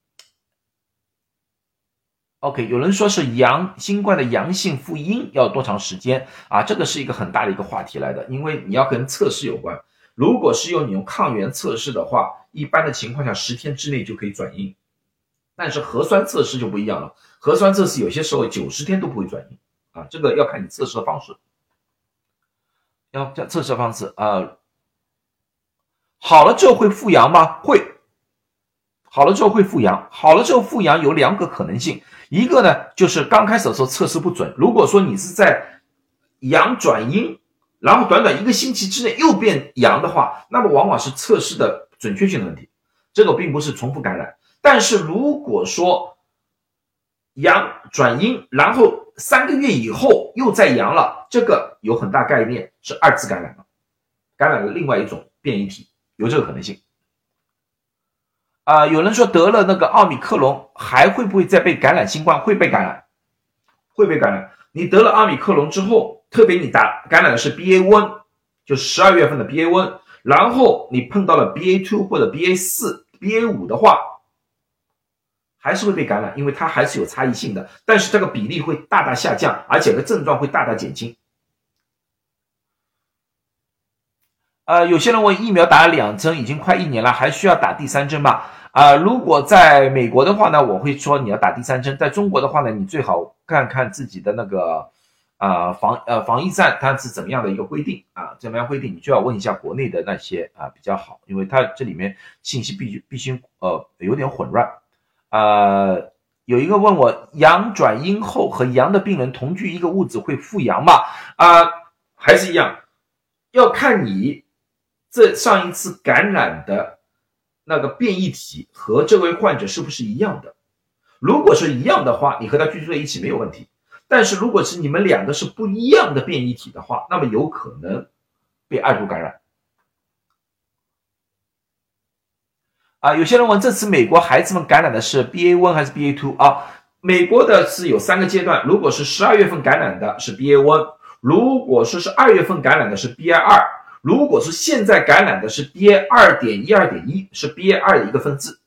，OK， 有人说是阳新冠的阳性复阴要多长时间啊？这个是一个很大的一个话题来的，因为你要跟测试有关。如果是用你用抗原测试的话，一般的情况下十天之内就可以转阴。但是核酸测试就不一样了，核酸测试有些时候九十天都不会转阴啊，这个要看你测试的方式，要测试的方式啊、呃。好了之后会复阳吗？会，好了之后会复阳，好了之后复阳有两个可能性，一个呢就是刚开始的时候测试不准，如果说你是在阳转阴然后短短一个星期之内又变阳的话，那么往往是测试的准确性的问题，这个并不是重复感染。但是如果说阳转阴，然后三个月以后又再阳了，这个有很大概念是二次感染了，感染了另外一种变异体，有这个可能性。啊、呃，有人说得了那个奥密克戎还会不会再被感染新冠？会被感染，会被感染。你得了奥密克戎之后，特别你打感染的是 B A 一， 就是十二月份的 B A 一， 然后你碰到了 B A 二 或者 B A 四、B A 五 的话，还是会被感染，因为它还是有差异性的，但是这个比例会大大下降，而且个症状会大大减轻。呃，有些人问疫苗打了两针，已经快一年了，还需要打第三针吗？啊、呃，如果在美国的话呢，我会说你要打第三针；在中国的话呢，你最好看看自己的那个呃防呃防疫站它是怎么样的一个规定啊，怎么样规定，你就要问一下国内的那些啊比较好，因为它这里面信息必须必须呃有点混乱。呃，有一个问我，阳转阴后和阳的病人同居一个屋子会复阳吗？啊、呃，还是一样，要看你这上一次感染的那个变异体和这位患者是不是一样的。如果是一样的话，你和他居住在一起没有问题。但是如果是你们两个是不一样的变异体的话，那么有可能被二度感染。啊，有些人问这次美国孩子们感染的是 B A 一 还是 B A 二 啊？美国的是有三个阶段，如果是十二月份感染的是 B A 一， 如果说是二月份感染的是 B A 二， 如果是现在感染的是 B A 二点一 二点一， 是 B A 二 的一个分支。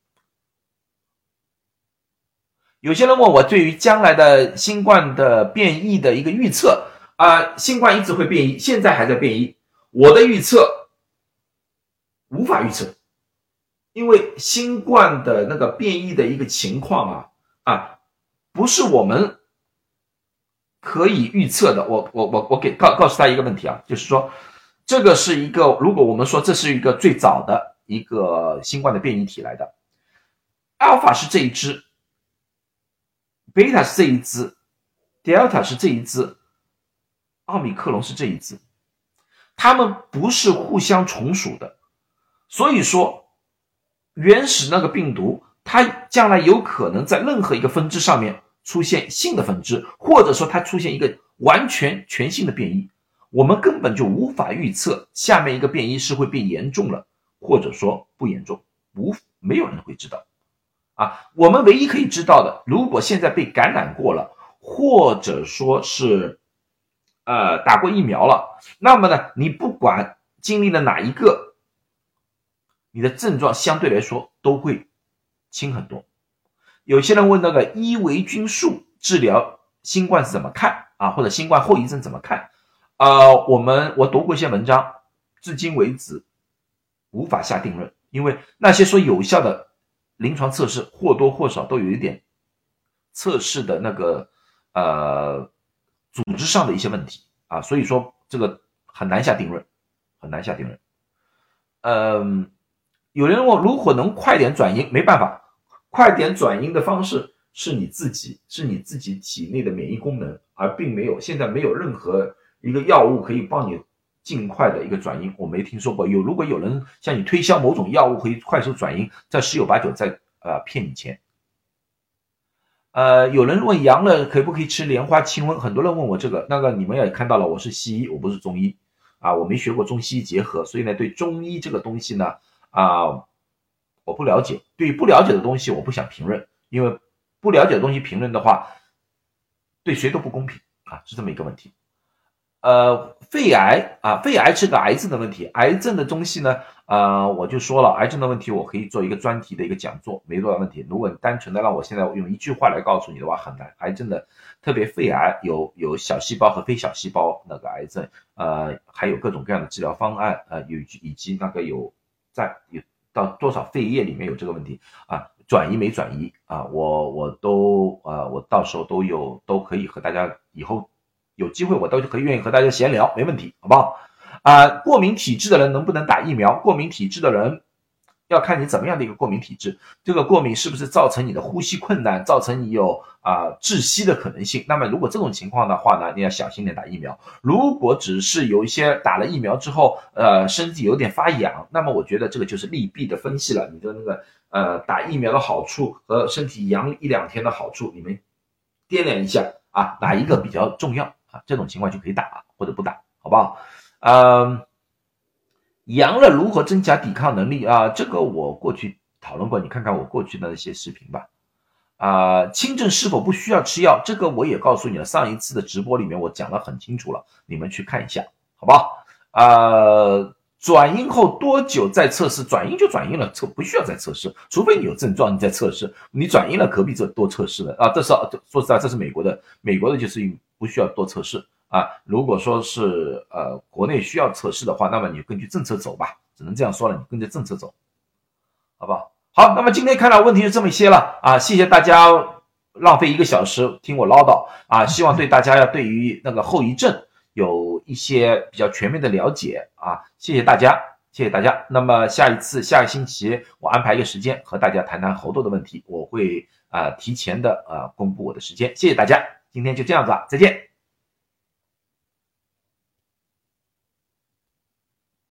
有些人问我对于将来的新冠的变异的一个预测啊、呃，新冠一直会变异，现在还在变异，我的预测无法预测。因为新冠的那个变异的一个情况啊啊，不是我们可以预测的。我我我我给告告诉他一个问题啊，就是说这个是一个，如果我们说这是一个最早的一个新冠的变异体来的，阿尔法是这一支，贝塔是这一支，德尔塔是这一支，奥密克戎是这一支，它们不是互相从属的，所以说原始那个病毒它将来有可能在任何一个分支上面出现新的分支，或者说它出现一个完全全新的变异，我们根本就无法预测下面一个变异是会变严重了，或者说不严重，无没有人会知道啊。我们唯一可以知道的，如果现在被感染过了，或者说是呃打过疫苗了，那么呢，你不管经历了哪一个，你的症状相对来说都会轻很多。有些人问那个伊维菌素治疗新冠是怎么看啊，或者新冠后遗症怎么看？呃，我们我读过一些文章，至今为止无法下定论，因为那些说有效的临床测试或多或少都有一点测试的那个呃组织上的一些问题啊，所以说这个很难下定论，很难下定论。嗯、呃。有人问我如何能快点转阴，没办法，快点转阴的方式是你自己，是你自己体内的免疫功能，而并没有现在没有任何一个药物可以帮你尽快的一个转阴，我没听说过有。如果有人向你推销某种药物可以快速转阴，这十有八九在呃骗你钱。呃，有人问阳了可不可以吃莲花清瘟，很多人问我这个，那个你们也看到了，我是西医，我不是中医啊，我没学过中西医结合，所以呢，对中医这个东西呢。啊、呃，我不了解，对于不了解的东西我不想评论，因为不了解的东西评论的话对谁都不公平啊，是这么一个问题。呃，肺癌啊，肺癌是个癌症的问题，癌症的东西呢，呃，我就说了，癌症的问题我可以做一个专题的一个讲座，没多少问题。如果你单纯的让我现在用一句话来告诉你的话，很难。癌症的，特别肺癌有有小细胞和非小细胞那个癌症，呃，还有各种各样的治疗方案，呃，有以及那个有在有到多少肺液里面有这个问题啊，转移没转移啊，我我都呃，我到时候都有都可以和大家以后。有机会我都可以愿意和大家闲聊，没问题，好不好？啊、呃，过敏体质的人能不能打疫苗？过敏体质的人要看你怎么样的一个过敏体质，这个过敏是不是造成你的呼吸困难，造成你有啊、呃、窒息的可能性。那么如果这种情况的话呢，你要小心点打疫苗。如果只是有一些打了疫苗之后，呃，身体有点发痒，那么我觉得这个就是利弊的分析了。你的那个呃打疫苗的好处和身体阳一两天的好处，你们掂量一下啊，哪一个比较重要啊？这种情况就可以打或者不打，好不好？嗯。阳了如何增加抵抗能力啊？这个我过去讨论过，你看看我过去的那些视频吧。啊，轻症是否不需要吃药？这个我也告诉你了，上一次的直播里面我讲得很清楚了，你们去看一下，好不好？呃，转阴后多久再测试？转阴就转阴了，测不需要再测试，除非你有症状你再测试。你转阴了何必这多测试呢？啊，这是说实在，这是美国的，美国的就是不需要多测试。啊，如果说是呃国内需要测试的话，那么你根据政策走吧，只能这样说了，你跟着政策走，好不好？好，那么今天看到问题就这么一些了啊，谢谢大家浪费一个小时听我唠叨啊，希望对大家要对于那个后遗症有一些比较全面的了解啊，谢谢大家，谢谢大家。那么下一次下个星期我安排一个时间和大家谈谈猴痘的问题，我会啊、呃、提前的啊、呃、公布我的时间，谢谢大家，今天就这样子啊，再见。